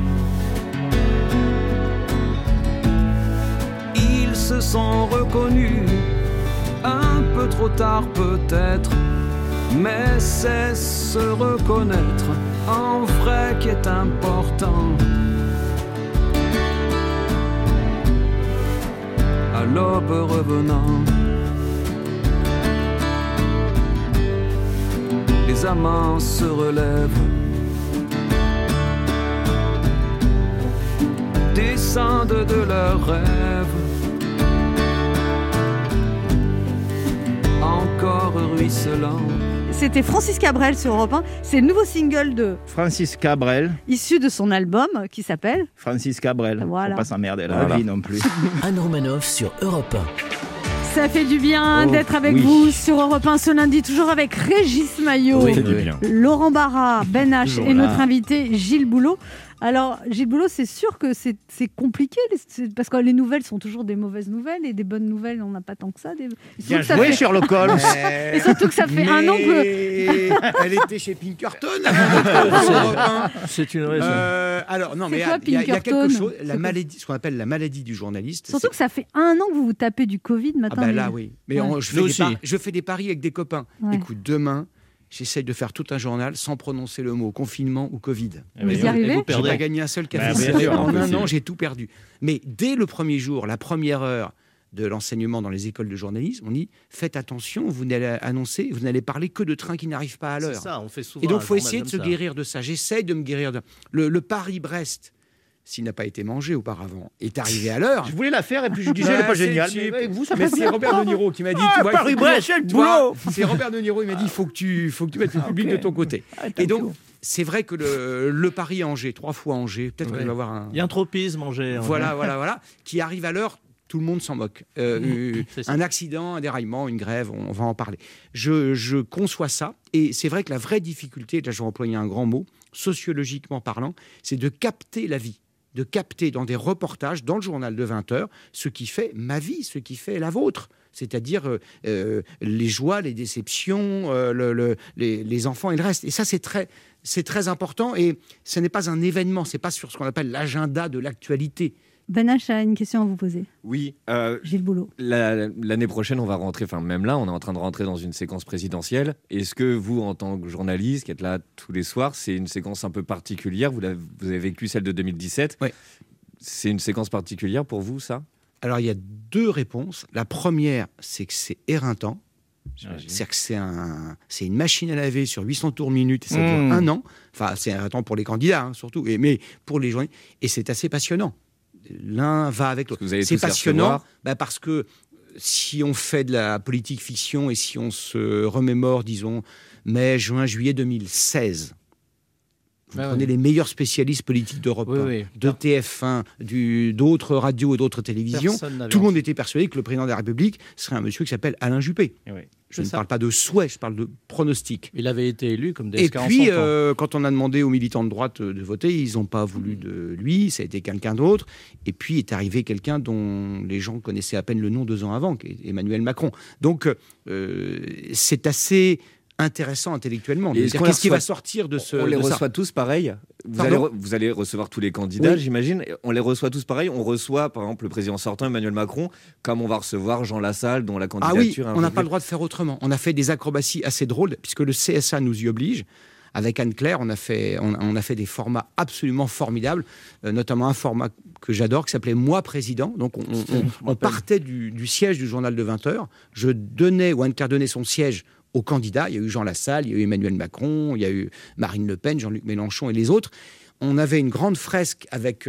Ils se sont reconnus, un peu trop tard peut-être, mais c'est se reconnaître en vrai qui est important. À l'aube revenant, les amants se relèvent, descendent de leurs rêves, encore ruisselant. C'était Francis Cabrel sur Europe 1. C'est le nouveau single de Francis Cabrel. issu de son album qui s'appelle Francis Cabrel. Voilà. Faut pas s'emmerder la vie non plus. Anne Romanoff sur Europe 1. Ça fait du bien d'être avec oui. vous sur Europe 1 ce lundi, toujours avec Régis Maillot, Oui, du bien. Laurent Barra, Ben H Toujours et là. notre invité Gilles Boulot. Alors, Gilles Boulot, c'est sûr que c'est compliqué, parce que les nouvelles sont toujours des mauvaises nouvelles, et des bonnes nouvelles, on n'a pas tant que ça. Bien joué, Sherlock Holmes. Et surtout que ça fait un an que... Elle était chez Pinkerton avant d'être sur Europe 1. C'est une raison. Alors, non, C'est mais quoi, il y a Pinkerton quelque chose, C'est quoi maladie, ce qu'on appelle la maladie du journaliste. Surtout que ça fait un an que vous vous tapez du Covid Ah maintenant. bah là, oui. Mais Ouais. je fais des paris avec des copains. Ouais. Écoute, demain, j'essaye de faire tout un journal sans prononcer le mot confinement ou Covid. Vous y arrivez ? J'ai pas gagné un seul café. Bah, bien sûr, En un impossible. an, j'ai tout perdu. Mais dès le premier jour, la première heure de l'enseignement dans les écoles de journalisme, on dit faites attention, vous n'allez parler que de trains qui n'arrivent pas à l'heure. C'est ça, on fait souvent. Et donc, un il faut journal essayer de comme se ça. guérir de ça. J'essaye de me guérir de... Le Paris-Brest, s'il n'a pas été mangé auparavant, est arrivé à l'heure. Je voulais la faire et puis je disais, elle n'est pas géniale. Mais vous, ça Mais passe c'est bien. Robert De Niro qui m'a dit. Ah, tu vois, il faut Paris-Brest, que tu- c'est le tu vois, boulot. C'est Robert De Niro, il m'a dit il faut que tu mettes le public de ton côté. Et donc, c'est vrai que le Paris-Angers, 3 fois Angers, peut-être qu'il va y avoir un. Il y a un tropisme, Angers. Voilà, qui arrive à l'heure. Tout le monde s'en moque. C'est ça. Un accident, un déraillement, une grève, on va en parler. Je conçois ça. Et c'est vrai que la vraie difficulté, là je vais employer un grand mot, sociologiquement parlant, c'est de capter la vie. De capter dans des reportages, dans le journal de 20 heures, ce qui fait ma vie, ce qui fait la vôtre. C'est-à-dire les joies, les déceptions, les enfants et le reste. Et ça, c'est très important. Et ce n'est pas un événement, ce n'est pas sur ce qu'on appelle l'agenda de l'actualité. Ben H a une question à vous poser. Oui, Gilles Boulot. l'année prochaine, on va rentrer, enfin même là, on est en train de rentrer dans une séquence présidentielle. Est-ce que vous, en tant que journaliste qui êtes là tous les soirs, c'est une séquence un peu particulière? Vous avez vécu celle de 2017. Oui. C'est une séquence particulière pour vous, ça? Alors, il y a 2 réponses. La première, c'est que c'est éreintant. C'est-à-dire que c'est une machine à laver sur 800 tours minute et ça dure 1 an. Enfin, c'est éreintant pour les candidats, surtout, mais pour les journalistes. Et c'est assez passionnant. L'un va avec l'autre. C'est passionnant parce que si on fait de la politique fiction et si on se remémore, disons, mai, juin, juillet 2016, vous prenez les meilleurs spécialistes politiques d'Europe 1, de TF1, d'autres radios et d'autres télévisions. Tout le monde était persuadé que le président de la République serait un monsieur qui s'appelle Alain Juppé. Je ne parle pas de souhait, je parle de pronostic. Il avait été élu comme des. Et puis, quand on a demandé aux militants de droite de voter, ils n'ont pas voulu de lui, ça a été quelqu'un d'autre. Et puis est arrivé quelqu'un dont les gens connaissaient à peine le nom 2 ans avant, qui est Emmanuel Macron. Donc, c'est assez intéressant intellectuellement. Et est-ce qu'on Qu'est-ce qui reçoit- va sortir de ce On les de ça reçoit tous pareil. Pardon Vous allez recevoir tous les candidats, Oui. j'imagine. On les reçoit tous pareil. On reçoit, par exemple, le président sortant, Emmanuel Macron, comme on va recevoir Jean Lassalle, dont la Ah oui, candidature... on n'a pas le droit de faire autrement. On a fait des acrobaties assez drôles, puisque le CSA nous y oblige. Avec Anne-Claire, on a fait des formats absolument formidables, notamment un format que j'adore, qui s'appelait « Moi, président ». Donc, on partait du siège du journal de 20h. Je donnais, ou Anne-Claire donnait son siège aux candidats. Il y a eu Jean Lassalle, il y a eu Emmanuel Macron, il y a eu Marine Le Pen, Jean-Luc Mélenchon et les autres. On avait une grande fresque avec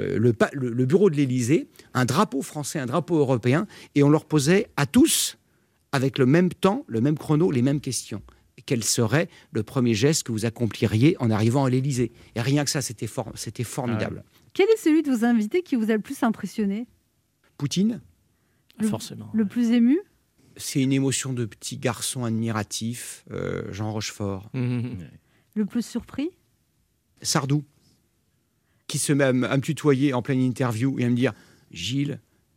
le bureau de l'Élysée, un drapeau français, un drapeau européen, et on leur posait à tous, avec le même temps, le même chrono, les mêmes questions. Quel serait le premier geste que vous accompliriez en arrivant à l'Élysée? Et rien que ça, c'était formidable. Quel est celui de vos invités qui vous a le plus impressionné? Poutine, Forcément. Le plus ému? c'est une émotion de petit garçon admiratif, Jean Rochefort. Le plus surpris? Sardou, qui se met à me tutoyer en pleine interview et à me dire « Gilles,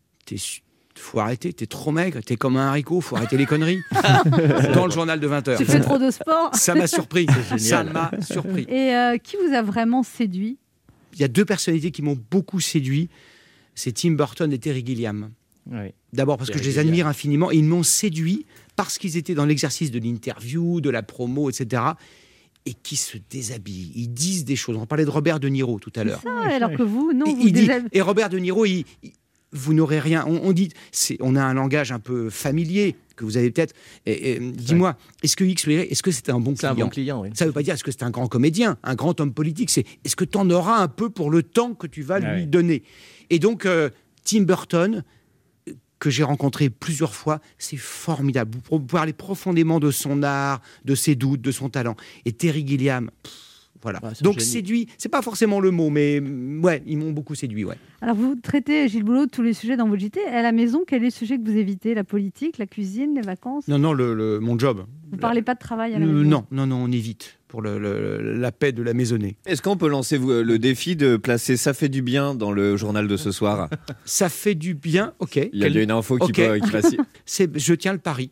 faut arrêter, t'es trop maigre, t'es comme un haricot, faut arrêter les conneries. » Dans le journal de 20h. Tu fais trop de sport. Ça m'a surpris. Ça m'a surpris. Et qui vous a vraiment séduit? Il y a deux personnalités qui m'ont beaucoup séduit. C'est Tim Burton et Terry Gilliam. Oui. D'abord parce que je les admire infiniment et ils m'ont séduit parce qu'ils étaient dans l'exercice de l'interview, de la promo, etc. Et qui se déshabillent. Ils disent des choses. On parlait de Robert De Niro tout à l'heure. Ça, alors que vous, non, vous Il dit, déshabillez. et Robert De Niro, vous n'aurez rien. On dit, on a un langage un peu familier que vous avez peut-être. Dis-moi, est-ce que X, est-ce que c'était un bon client? C'est un bon client, oui. Ça ne veut pas dire est-ce que c'est un grand comédien, un grand homme politique. C'est est-ce que tu en auras un peu pour le temps que tu vas lui donner? Et donc, Tim Burton, que j'ai rencontré plusieurs fois, c'est formidable. Vous parlez profondément de son art, de ses doutes, de son talent. Et Terry Gilliam, voilà. Ouais, donc génie. séduit, c'est pas forcément le mot, mais ouais, ils m'ont beaucoup séduit, ouais. Alors, vous traitez, Gilles Boulot, de tous les sujets dans votre JT. À la maison, quel est le sujet que vous évitez? La politique, la cuisine, les vacances? Non, mon job. Vous ne parlez pas de travail à la maison? Non, on évite pour la paix de la maisonnée. Est-ce qu'on peut lancer le défi de placer « Ça fait du bien » dans le journal de ce soir? Ça fait du bien, ok. Il y a une info qui passe. Je tiens le pari.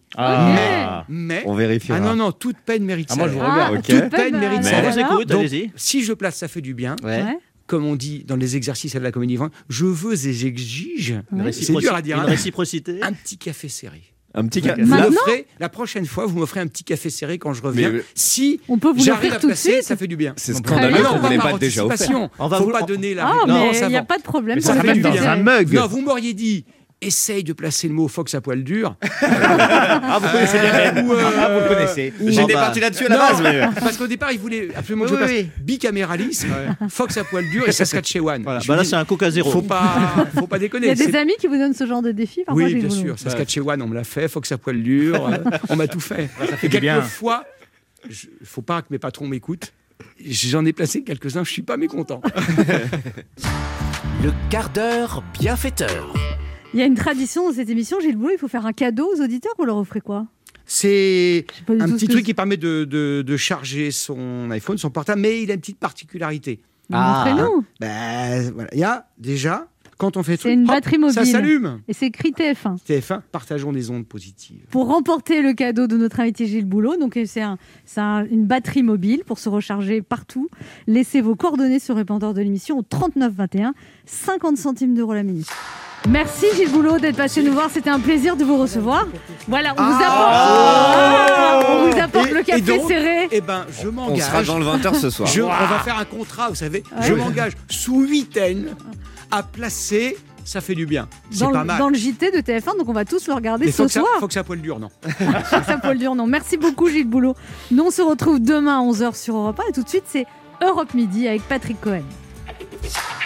Mais on vérifiera. Non, toute peine mérite ça. Moi, je vous regarde. Toute peine mérite ça. On vous écoute, Donc, allez-y. si je place ça fait du bien, Ouais. comme on dit dans les exercices de la comédie française, je veux et j'exige, Une c'est dur à dire, Une réciprocité. un petit café serré. Un petit cas. La prochaine fois, vous m'offrez un petit café serré quand je reviens. Mais, si on peut vous j'arrive l'offrir à tout de placer, suite. ça fait du bien. C'est scandaleux bien. qu'on ne l'ait pas déjà offert. Anticipation. Faut pas donner la Ah, réponse mais il n'y a avant. pas de problème. Mais pour ça le fait du café bien. serré. mug. Non, vous m'auriez dit. Essaye de placer le mot Fox à poil dur. Ah, vous connaissez bien. Ou, vous le connaissez. J'étais parti là-dessus à la base. Mais... Parce qu'au départ, il voulait absolument que je Oui, passe oui. bicaméralisme, Fox à poil dur et Saskatchewan. Voilà. Je Bah me là, dis, c'est un Coca Zéro. faut pas déconner. Il y a des C'est- amis qui vous donnent ce genre de défi parfois, Oui, Gilles bien Boulot. sûr. Saskatchewan, on me l'a fait. Fox à poil dur, on m'a tout fait. fait Et du bien. quelquefois, faut pas que mes patrons m'écoutent. J'en ai placé quelques-uns, je suis pas mécontent. Le quart d'heure bienfaiteur. Il y a une tradition dans cette émission, Gilles Boulot, il faut faire un cadeau aux auditeurs. Vous leur offrez quoi? C'est Je sais pas du un tout ce petit que truc c'est. qui permet de charger son iPhone, son portable, mais il a une petite particularité. Montrez-nous. Ben, voilà. Il y a déjà, quand on fait C'est une batterie mobile. ça s'allume. Et c'est écrit TF1. TF1, partageons des ondes positives. Pour remporter le cadeau de notre invité Gilles Boulot, donc c'est une batterie mobile pour se recharger partout. Laissez vos coordonnées sur le répondeur de l'émission au 39 21, 50 centimes d'euros la minute. Merci Gilles Boulot d'être passé nous voir, c'était un plaisir de vous recevoir. Voilà, on vous apporte le café donc, serré. Eh ben, je On m'engage. sera dans le 20h ce soir. On va faire un contrat, vous savez. Je m'engage sous 8 à placer. Ça fait du bien. C'est pas mal. Dans le JT de TF1, donc on va tous le regarder Mais ce soir. faut que ça poil dur, non. Ça Paul dur, non. Merci beaucoup Gilles Boulot. Nous on se retrouve demain à 11h sur Europe 1 et tout de suite c'est Europe Midi avec Patrick Cohen.